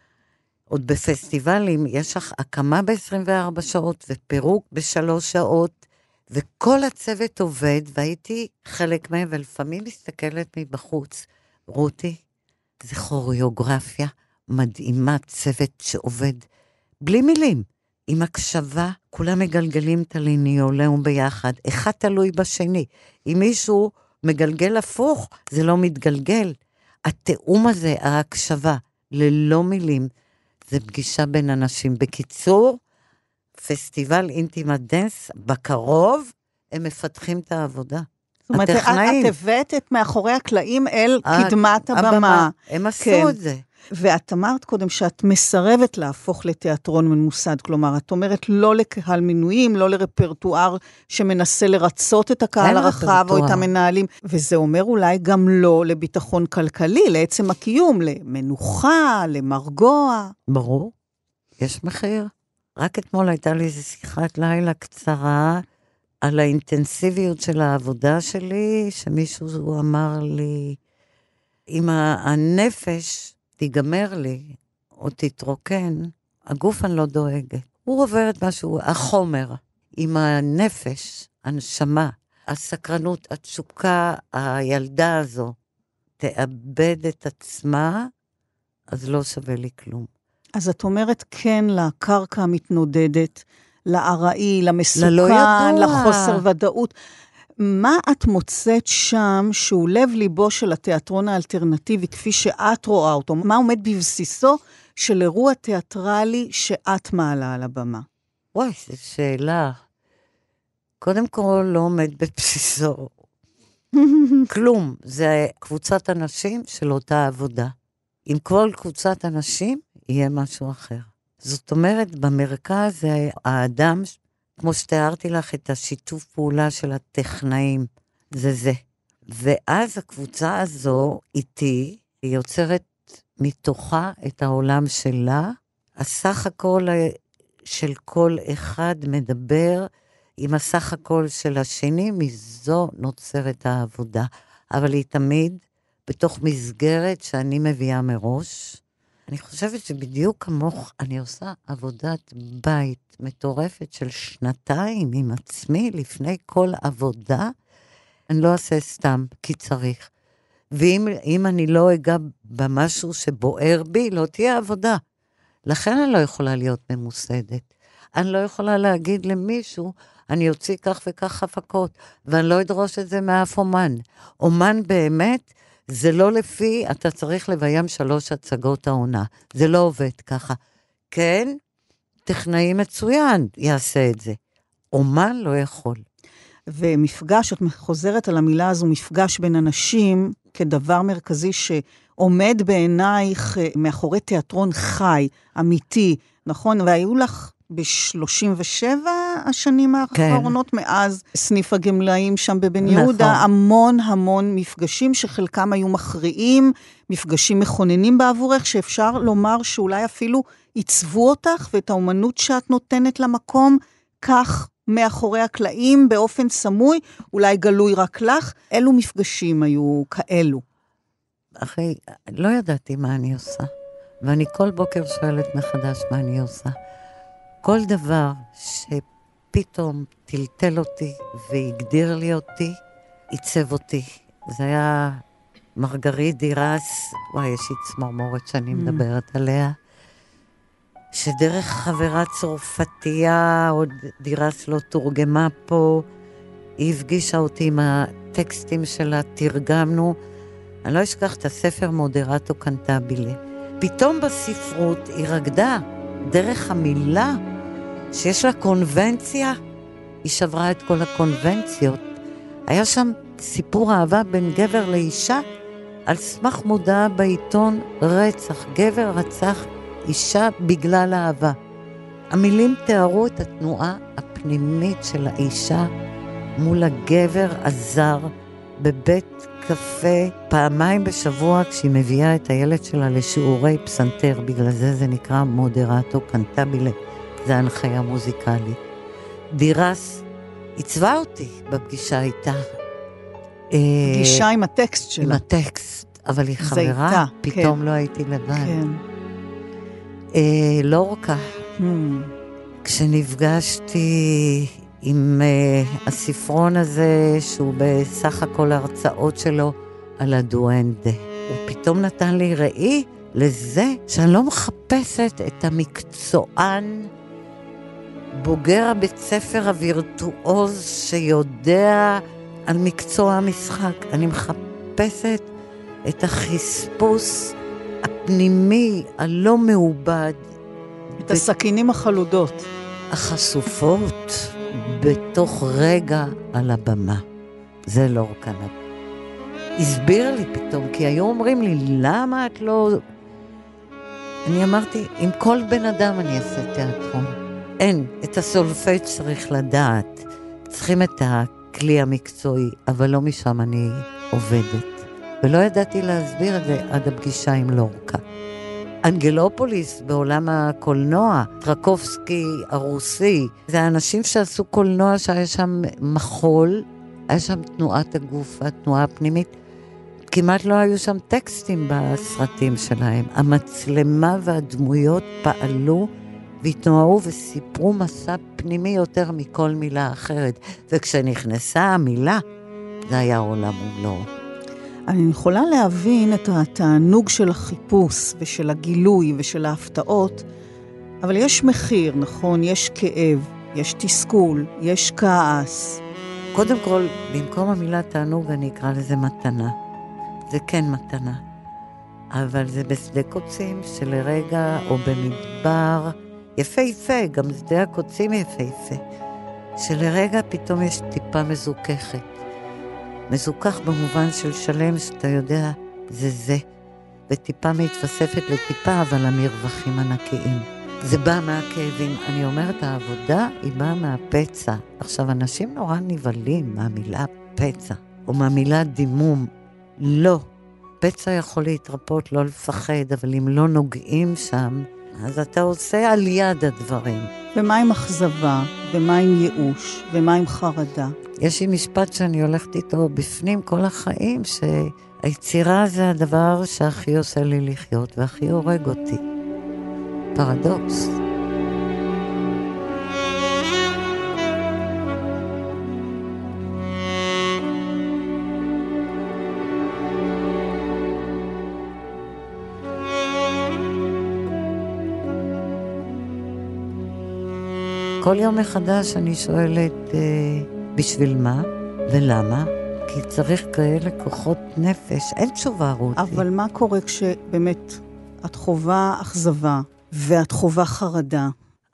עוד בפסטיבלים יש הקמה ב-24 שעות ופירוק ב3 שעות, וכל הצוות עובד, והייתי חלק מהם, ולפעמים מסתכלת מבחוץ, רותי, זה כוריאוגרפיה מדהימה, צוות שעובד בלי מילים, עם הקשבה, כולם מגלגלים את הליניולאום ביחד, אחד תלוי בשני, אם מישהו מגלגל הפוך, זה לא מתגלגל, התאום הזה, ההקשבה, ללא מילים, זה פגישה בין אנשים. בקיצור, פסטיבל אינטימה דנס, בקרוב, הם מפתחים את העבודה. זאת אומרת, את הבאת את מאחורי הקלעים אל קדמת הבמה. הם עשו את זה. ואת אמרת קודם שאת מסרבת להפוך לתיאטרון ממוסד, כלומר, את אומרת לא לקהל מינויים, לא לרפרטואר שמנסה לרצות את הקהל הרחב או את המנהלים, וזה אומר אולי גם לא לביטחון כלכלי, לעצם הקיום, למנוחה, למרגוע. ברור, יש מחיר. רק אתמול הייתה לי איזו שיחת לילה קצרה, על האינטנסיביות של העבודה שלי, שמישהו אמר לי, אם הנפש תיגמר לי, או תתרוקן, הגוף אני לא דואגת. הוא עובר את משהו, החומר, עם הנפש, הנשמה, הסקרנות, התשוקה, הילדה הזו, תאבד את עצמה, אז לא שווה לי כלום. אז את אומרת כן לקרקע המתנודדת, לעראי, למסוכן, לחוסר ודאות. מה את מוצאת שם שהוא לב ליבו של התיאטרון האלטרנטיבי, כפי שאת רואה אותו? מה עומד בבסיסו של אירוע תיאטרלי שאת מעלה על הבמה? וואי, זו שאלה. קודם כל לא עומד בבסיסו. כלום. זה קבוצת אנשים של אותה עבודה. עם כל קבוצת אנשים יהיה משהו אחר. זאת אומרת, במרכז זה האדם, כמו שתיארתי לך את השיתוף פעולה של הטכנאים, זה. ואז הקבוצה הזו איתי, היא יוצרת מתוכה את העולם שלה, הסך הכל של כל אחד מדבר עם הסך הכל של השני, מזו נוצרת העבודה. אבל היא תמיד בתוך מסגרת שאני מביאה מראש, אני חושבת שבדיוק כמוך אני עושה עבודת בית מטורפת של 2 עם עצמי לפני כל עבודה. אני לא אעשה סתם כי צריך. ואם אני לא אגע במשהו שבוער בי, לא תהיה עבודה. לכן אני לא יכולה להיות ממוסדת. אני לא יכולה להגיד למישהו, אני אוציא כך וכך הפקות, ואני לא אדרוש את זה מאף אומן. אומן באמת, זה לא לפי, אתה צריך לביים 3 הצגות העונה. זה לא עובד ככה. כן, טכנאי מצוין יעשה את זה. אומן לא יכול. ומפגש, את חוזרת על המילה הזו, מפגש בין אנשים, כדבר מרכזי שעומד בעינייך מאחורי תיאטרון חי, אמיתי, נכון? והיו לך ב-37 השנים האחרונות, כן. מאז סניף הגמלאים שם בבן יהודה, נכון. המון מפגשים שחלקם היו מכריעים, מפגשים מכוננים בעבורך, שאפשר לומר שאולי אפילו עיצבו אותך, ואת האומנות שאת נותנת למקום, כך מאחורי הקלעים, באופן סמוי, אולי גלוי רק לך. אילו מפגשים היו כאלו? אחי, לא ידעתי מה אני עושה, ואני כל בוקר שואלת מחדש מה אני עושה. כל דבר שפתאום טלטל אותי והגדיר לי אותי, עיצב אותי. זה היה מרגרית דירס, וואי, יש לי צמרמורת שאני מדברת עליה, שדרך חברה צרפתייה, עוד דירס לא תורגמה פה, היא הפגישה אותי עם הטקסטים שלה, תרגמנו, אני לא אשכח את הספר מודרטו קנטבילה. פתאום בספרות היא רקדה דרך המילה, שיש לה קונבנציה, היא שברה את כל הקונבנציות. היה שם סיפור אהבה בין גבר לאישה, על סמך מודעה בעיתון רצח. גבר רצח אישה בגלל אהבה. המילים תיארו את התנועה הפנימית של האישה מול הגבר הזר בבית קפה 2 בשבוע כשהיא מביאה את הילד שלה לשיעורי פסנתר. בגלל זה נקרא מודרטו קנטבילה. זה הנחיה מוזיקלית. דירס עיצבה אותי בפגישה איתה. פגישה עם הטקסט שלה. עם הטקסט, אבל היא חברה, איתה, פתאום כן. לא הייתי לבד. כן. לא רוקה. כשנפגשתי עם הספרון הזה, שהוא בסך הכל הרצאות שלו על הדואנדה, הוא פתאום נתן לי ראי לזה שאני לא מחפשת את המקצוען, בוגר הבית ספר הווירטואוז שיודע על מקצוע המשחק. אני מחפשת את החספוס הפנימי, הלא מעובד. את הסכינים החלודות. החשופות בתוך רגע על הבמה. זה לא רקנה. הסביר לי פתאום, כי היו אומרים לי, למה את לא... אני אמרתי, עם כל בן אדם אני אעשה תיאטרון. אין, את הסולפט צריך לדעת. צריכים את הכלי המקצועי, אבל לא משם אני עובדת. ולא ידעתי להסביר את זה עד הפגישה עם לורקה. אנגלופוליס בעולם הקולנוע, טרקובסקי, הרוסי, זה האנשים שעשו קולנוע שהיה שם מחול, היה שם תנועת הגוף, התנועה הפנימית. כמעט לא היו שם טקסטים בסרטים שלהם. המצלמה והדמויות פעלו והתנועו וסיפרו מסע פנימי יותר מכל מילה אחרת. וכשנכנסה המילה, זה היה עולם ומלואו. אני יכולה להבין את התענוג של החיפוש ושל הגילוי ושל ההפתעות, אבל יש מחיר, נכון? יש כאב, יש תסכול, יש כעס. קודם כל, במקום המילה תענוג אני אקרא לזה מתנה. זה כן מתנה. אבל זה בשדה קוצים שלרגע או במדבר יפהפה, גם שדה הקוצים יפהפה, שלרגע פתאום יש טיפה מזוככת. מזוכח במובן של שלם שאתה יודע, זה. וטיפה מתווספת לטיפה, אבל המרווחים ענקיים. זה בא מהכאבים. אני אומרת, העבודה היא באה מהפצע. עכשיו, אנשים נורא נבלים מהמילה פצע, או מהמילה דימום. לא. פצע יכול להתרפות, לא לפחד, אבל אם לא נוגעים שם, אז אתה עושה על יד הדברים. ומה עם אכזבה, ומה עם ייאוש, ומה עם חרדה? יש לי משפט שאני הולכת איתו בפנים כל החיים, שהיצירה זה הדבר שהכי עושה לי לחיות, והכי הורג אותי. פרדוקס. כל יום מחדש אני שואלת בשביל מה ולמה, כי צריך כאלה כוחות נפש, אין תשובה רותי. אבל מה קורה כשבאמת את חובה אכזבה ואת חובה חרדה?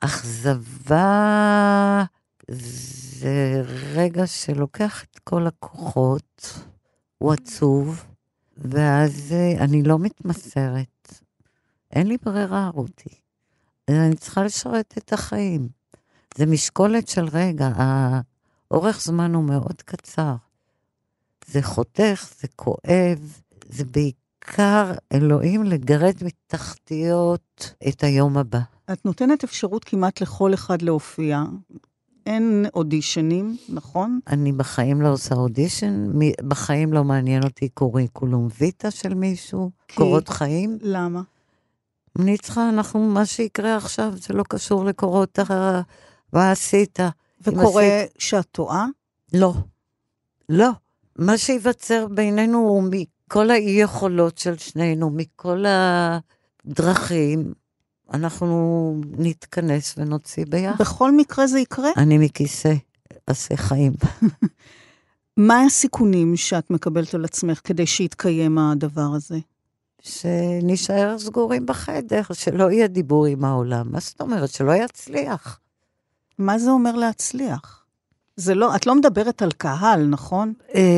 אכזבה זה רגע שלוקח את כל הכוחות, הוא עצוב, ואז אני לא מתמסרת. אין לי ברירה רותי. אני צריכה לשרת את החיים. זה משקולת של רגע, האורך זמן הוא מאוד קצר. זה חותך, זה כואב, זה בעיקר אלוהים לגרד מתחתיות את היום הבא. את נותנת אפשרות כמעט לכל אחד להופיע. אין אודישנים, נכון? אני בחיים לא עושה אודישן, בחיים לא מעניין אותי קוריקולום ויטה של מישהו, קורות חיים. למה? אני צריכה, מה שיקרה עכשיו, זה לא קשור לקורות מה עשית? וקורה שאת טועה? לא. לא. מה שיווצר בינינו הוא מכל האי-יכולות של שנינו, מכל הדרכים, אנחנו נתכנס ונוציא ביחד. בכל מקרה זה יקרה? אני מכיסא, עושה חיים. מה הסיכונים שאת מקבלת על עצמך כדי שיתקיים הדבר הזה? שנשאר סגורים בחדר, שלא יהיה דיבור עם העולם. מה זאת אומרת? שלא יצליח. מה זה אומר להצליח? זה לא, את לא מדברת על קהל, נכון?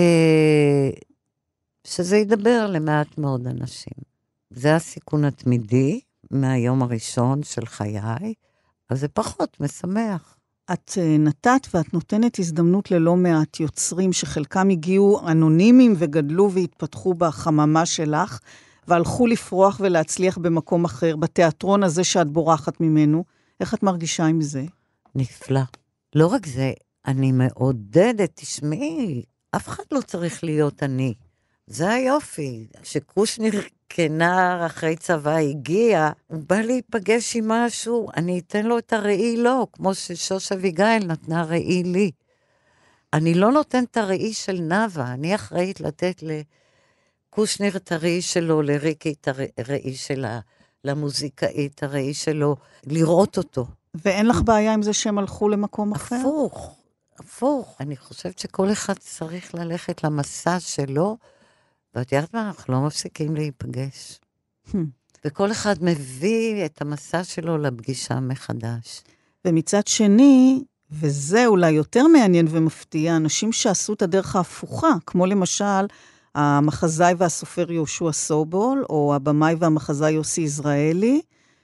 שזה ידבר למעט מאוד אנשים. זה הסיכון התמידי מהיום הראשון של חיי, אז זה פחות משמח. את נתת ואת נותנת הזדמנות ללא מעט יוצרים שחלקם הגיעו אנונימיים וגדלו והתפתחו בחממה שלך, והלכו לפרוח ולהצליח במקום אחר, בתיאטרון הזה שאת בורחת ממנו. איך את מרגישה עם זה? נפלא. לא רק זה, אני מעודדת, תשמעי, אף אחד לא צריך להיות אני. זה היופי, שקושניר כנער אחרי צבא הגיע, הוא בא להיפגש עם משהו, אני אתן לו את הראי לו, כמו ששוש אביגיל נתנה ראי לי. אני לא נותן את הראי של נאווה, אני אחראית לתת לקושניר את הראי שלו, לריקי את הראי שלה, למוזיקאית הראי שלו, לראות אותו. ואין לך בעיה עם זה שהם הלכו למקום אחר? הפוך, הפוך. אני חושבת שכל אחד צריך ללכת למסע שלו, ואת יודעת מה, אנחנו לא מפסיקים להיפגש. וכל אחד מביא את המסע שלו לפגישה מחדש. ומצד שני, וזה אולי יותר מעניין ומפתיע, אנשים שעשו את הדרך ההפוכה, כמו למשל המחזאי והסופר יהושע סובול, או הבמאי והמחזאי יוסי יזרעאלי,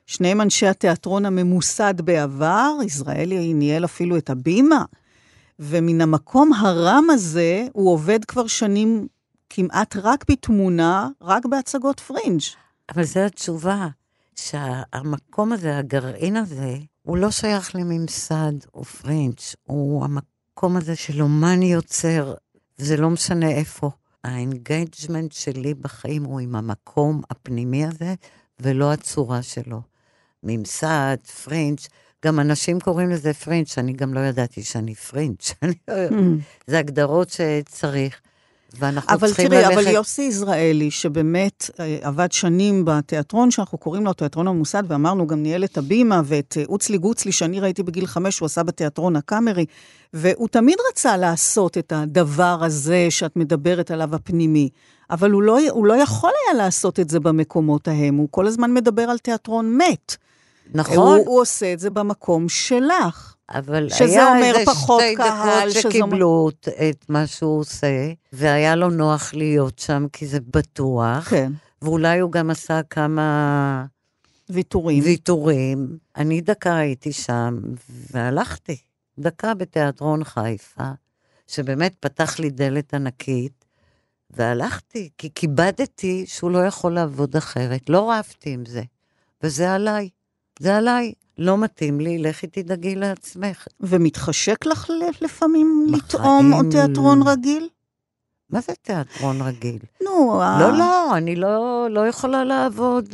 שניהם אנשי התיאטרון הממוסד בעבר, יזרעאלי ניהל אפילו את הבימה, ומן המקום הרם הזה הוא עובד כבר שנים כמעט רק בתמונה, רק בהצגות פרינג'. אבל זו התשובה, שהמקום הזה, הגרעין הזה, הוא לא שייך לממסד או פרינג', הוא המקום הזה של אומן יוצר, וזה לא משנה איפה. האנגייג'מנט שלי בחיים הוא עם המקום הפנימי הזה, ולא הצורה שלו. ממסד, פרינג', גם אנשים קוראים לזה פרינג', אני גם לא ידעתי שאני פרינג'. זה הגדרות שצריך. אבל תראי, אבל יוסי יזרעאלי, שבאמת עבד שנים בתיאטרון, שאנחנו קוראים לו תיאטרון הממוסד, ואמרנו גם ניהל את הבימה, ואת אוצלי גוצלי, שאני ראיתי בגיל 5, הוא עשה בתיאטרון הקאמרי, והוא תמיד רצה לעשות את הדבר הזה, שאת מדברת עליו הפנימי, אבל הוא לא יכול היה לעשות את זה במקומות ההם, הוא כל הזמן מדבר על תיאטרון מת. נכון. הוא עושה את זה במקום שלך. אבל שזה היה אומר איזה פחות שתי קהל, דקות שקיבלו את מה שהוא עושה, והיה לו נוח להיות שם, כי זה בטוח. כן. ואולי הוא גם עשה כמה ויתורים. אני דקה הייתי שם, והלכתי. דקה בתיאטרון חיפה, שבאמת פתח לי דלת ענקית, והלכתי, כי כיבדתי שהוא לא יכול לעבוד אחרת. לא רבתי עם זה. וזה עליי. זה עליי. לא מתאים לי, לכי תדאגי לעצמך. ומתחשק לך לפעמים לטעום או תיאטרון רגיל? מה זה תיאטרון רגיל? נו, לא, אני לא יכולה לעבוד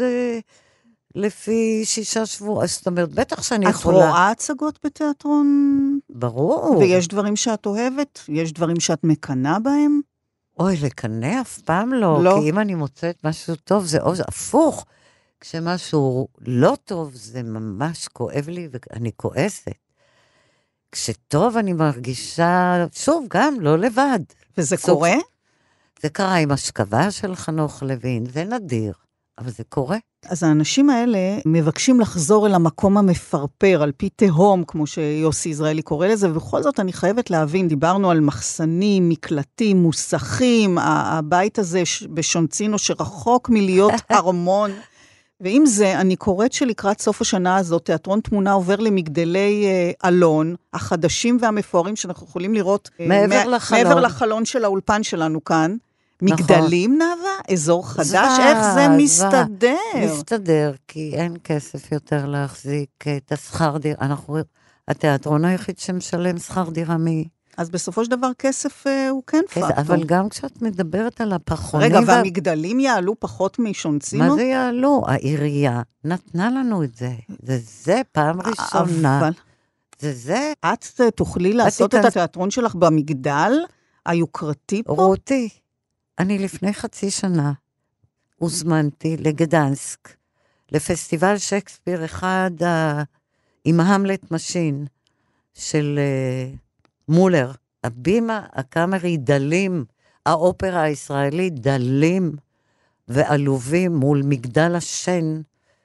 לפי 6 שבועות. זאת אומרת, בטח שאני יכולה. את רואה הצגות בתיאטרון? ברור. ויש דברים שאת אוהבת? יש דברים שאת מקנה בהם? אוי, לקנה אף פעם לא. כי אם אני מוצאת משהו טוב, זה הפוך. כשמשהו לא טוב, זה ממש כואב לי, ואני כועסת. כשטוב אני מרגישה, שוב, גם לא לבד. וזה קורה? זה קרה עם השכבה של חנוך לוין, זה נדיר, אבל זה קורה. אז האנשים האלה מבקשים לחזור אל המקום המפרפר, על פי תהום, כמו שיוסי יזרעאלי קורא לזה, ובכל זאת אני חייבת להבין, דיברנו על מחסנים, מקלטים, מוסכים, הבית הזה בשונצינו שרחוק מלהיות ארמון, ועם זה, אני קוראת שלקראת סוף השנה הזאת, תיאטרון תמונה עובר למגדלי אלון, החדשים והמפוארים שאנחנו יכולים לראות מעבר לחלון של האולפן שלנו כאן. מגדלים נאווה? אזור חדש? איך זה מסתדר? מסתדר, כי אין כסף יותר להחזיק את השכר דירה. התיאטרון היחיד שמשלם שכר דירה אז בסופו של דבר כסף הוא כן פקטור. אבל גם כשאת מדברת על הפחונים... רגע, והמגדלים יעלו פחות משונצינו? מה זה יעלו? העירייה נתנה לנו את זה. זה פעם ראשונה. אבל... זה... את תוכלי לעשות את התיאטרון שלך במגדל היוקרתי פה? רותי, אני לפני חצי שנה הוזמנתי לגדנסק, לפסטיבל שייקספיר אחד עם המלט משין של... מולר, הבימה, הקאמרי דלים, האופרה הישראלית דלים ועלובים מול מגדל השן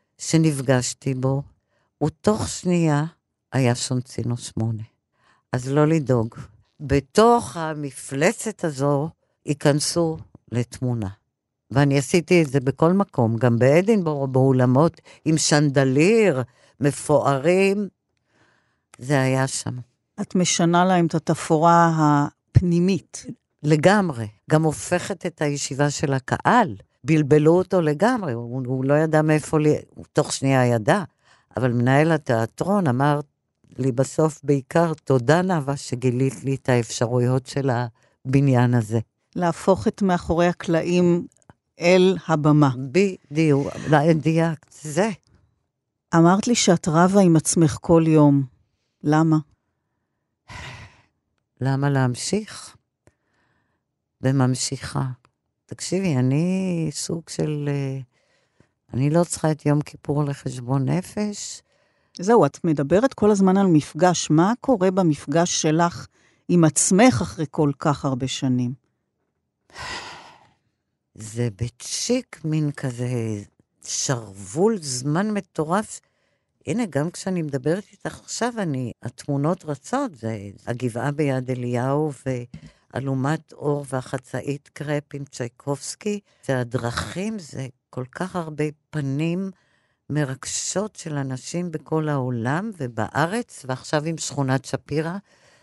שנפגשתי בו, ותוך שנייה היה שונצינו 8. אז לא לדאוג. בתוך המפלצת הזו ייכנסו לתמונה. ואני עשיתי את זה בכל מקום, גם באדינבורו, באולמות, עם שנדליר, מפוארים, זה היה שם. את משנה להם את התפאורה הפנימית. לגמרי. גם הופכת את הישיבה של הקהל. בלבלו אותו לגמרי. הוא לא ידע מאיפה לי, הוא תוך שנייה ידע. אבל מנהל התיאטרון אמר לי בסוף בעיקר, תודה נאווה שגילית לי את האפשרויות של הבניין הזה. להפוך את מאחורי הקלעים אל הבמה. בדיוק, דייקת, זה. אמרת לי שאת רבה עם עצמך כל יום. למה? למה להמשיך? וממשיכה. תקשיבי, אני סוג של... אני לא צריכה את יום כיפור לחשבון נפש. זהו, את מדברת כל הזמן על מפגש. מה קורה במפגש שלך עם עצמך אחרי כל כך הרבה שנים? זה בצ'יק מין כזה שרבול זמן מטורף. הנה, גם כשאני מדברת איתך עכשיו, התמונות רצות, זה הגבעה ביד אליהו, ואלומת אור והחצאית קרפ עם צ'ייקובסקי, והדרכים זה כל כך הרבה פנים מרגשות של אנשים בכל העולם ובארץ, ועכשיו עם שכונת שפירא.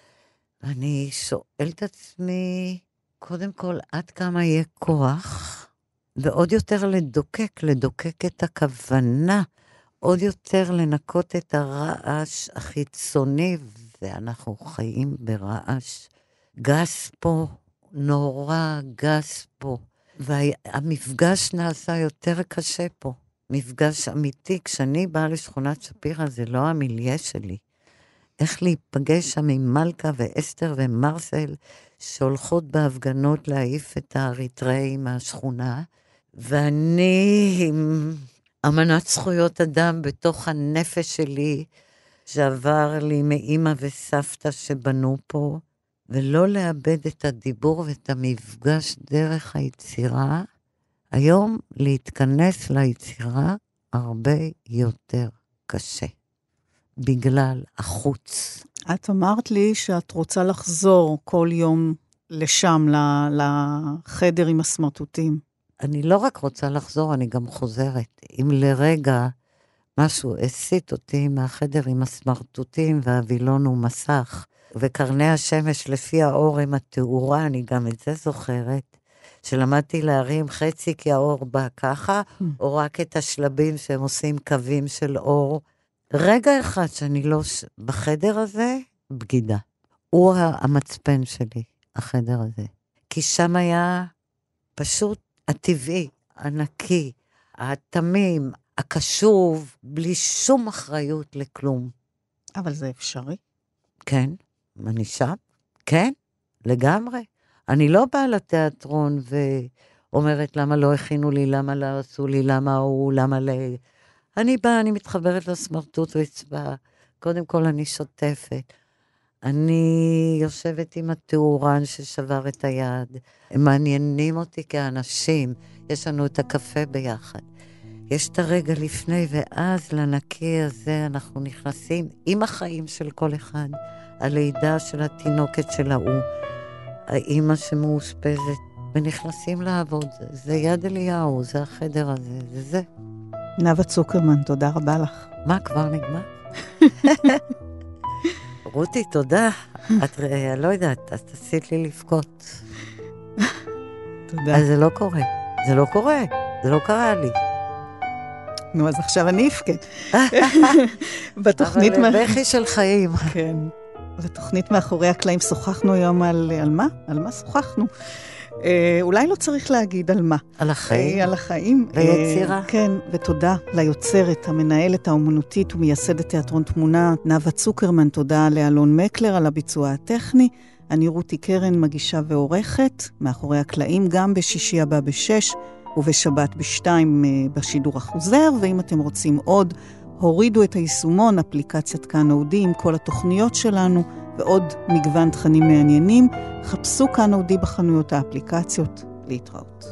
אני שואלת את עצמי, קודם כל, עד כמה יהיה כוח, ועוד יותר לדוקק את הכוונה, עוד יותר לנקות את הרעש החיצוני, ואנחנו חיים ברעש גס פה, נורא גס פה, והמפגש נעשה יותר קשה פה, מפגש אמיתי. כשאני באה לשכונת שפירא, זה לא המיליה שלי. איך להיפגש שם עם מלכה ואסתר ומרסל, שהולכות בהפגנות להעיף את האריתראי מהשכונה, ואני עם אמנת זכויות אדם בתוך הנפש שלי, שעבר לי מאמא וסבתא שבנו פה, ולא לאבד את הדיבור ואת המפגש דרך היצירה, היום להתכנס ליצירה הרבה יותר קשה, בגלל החוץ. את אמרת לי שאת רוצה לחזור כל יום לשם, לחדר עם הסמרטוטים. אני לא רק רוצה לחזור, אני גם חוזרת. אם לרגע משהו הסיט אותי מהחדר עם הסמרטוטים והווילון ומסך, וקרני השמש לפי האור עם התאורה, אני גם את זה זוכרת, שלמדתי להרים חצי כי האור בא ככה, או רק את השלבים שהם עושים קווים של אור. רגע אחד שאני לא בחדר הזה, בגידה. הוא המצפן שלי, החדר הזה. כי שם היה פשוט הטבעי, הנקי, התמים, הקשוב, בלי שום אחריות לכלום. אבל זה אפשרי. כן, אני שם, כן, לגמרי. אני לא באה לתיאטרון ואומרת למה לא הכינו לי, למה לא עשו לי, למה הוא, למה לא... אני באה, אני מתחברת לסמרטוט וצבא, קודם כל אני שוטפת. אני יושבת עם התאורן ששבר את היד, הם מעניינים אותי כאנשים, יש לנו את הקפה ביחד. יש את הרגע לפני, ואז לנקי הזה אנחנו נכנסים עם החיים של כל אחד, הלידה של התינוקת של ההוא, האמא שמאושפזת, ונכנסים לעבוד. זה יד אליהו, זה החדר הזה, זה זה. נאוה צוקרמן, תודה רבה לך. מה, כבר נגמר? רותי, תודה. את לא יודעת, אז תעשית לי לבכות. תודה. אז זה לא קורה. זה לא קורה. זה לא קרה לי. נו, אז עכשיו אני אבכה. בתוכנית... אבל בכי של חיים. כן. בתוכנית מאחורי הקלעים שוחחנו היום על מה? על מה שוחחנו? אולי לא צריך להגיד על מה. על החיים. על החיים. ויצירה. כן, ותודה ליוצרת, המנהלת האומנותית ומייסדת תיאטרון תמונה, נאוה צוקרמן. תודה לאלון מקלר על הביצוע הטכני. אני רותי קרן, מגישה ועורכת, מאחורי הקלעים גם בשישי הבא ב-6 ובשבת ב-2 בשידור החוזר, ואם אתם רוצים עוד, הורידו את היישומון, אפליקציית כאן אודי עם כל התוכניות שלנו, ועוד מגוון תכנים מעניינים. חפשו כאן אודי בחנויות האפליקציות. להתראות.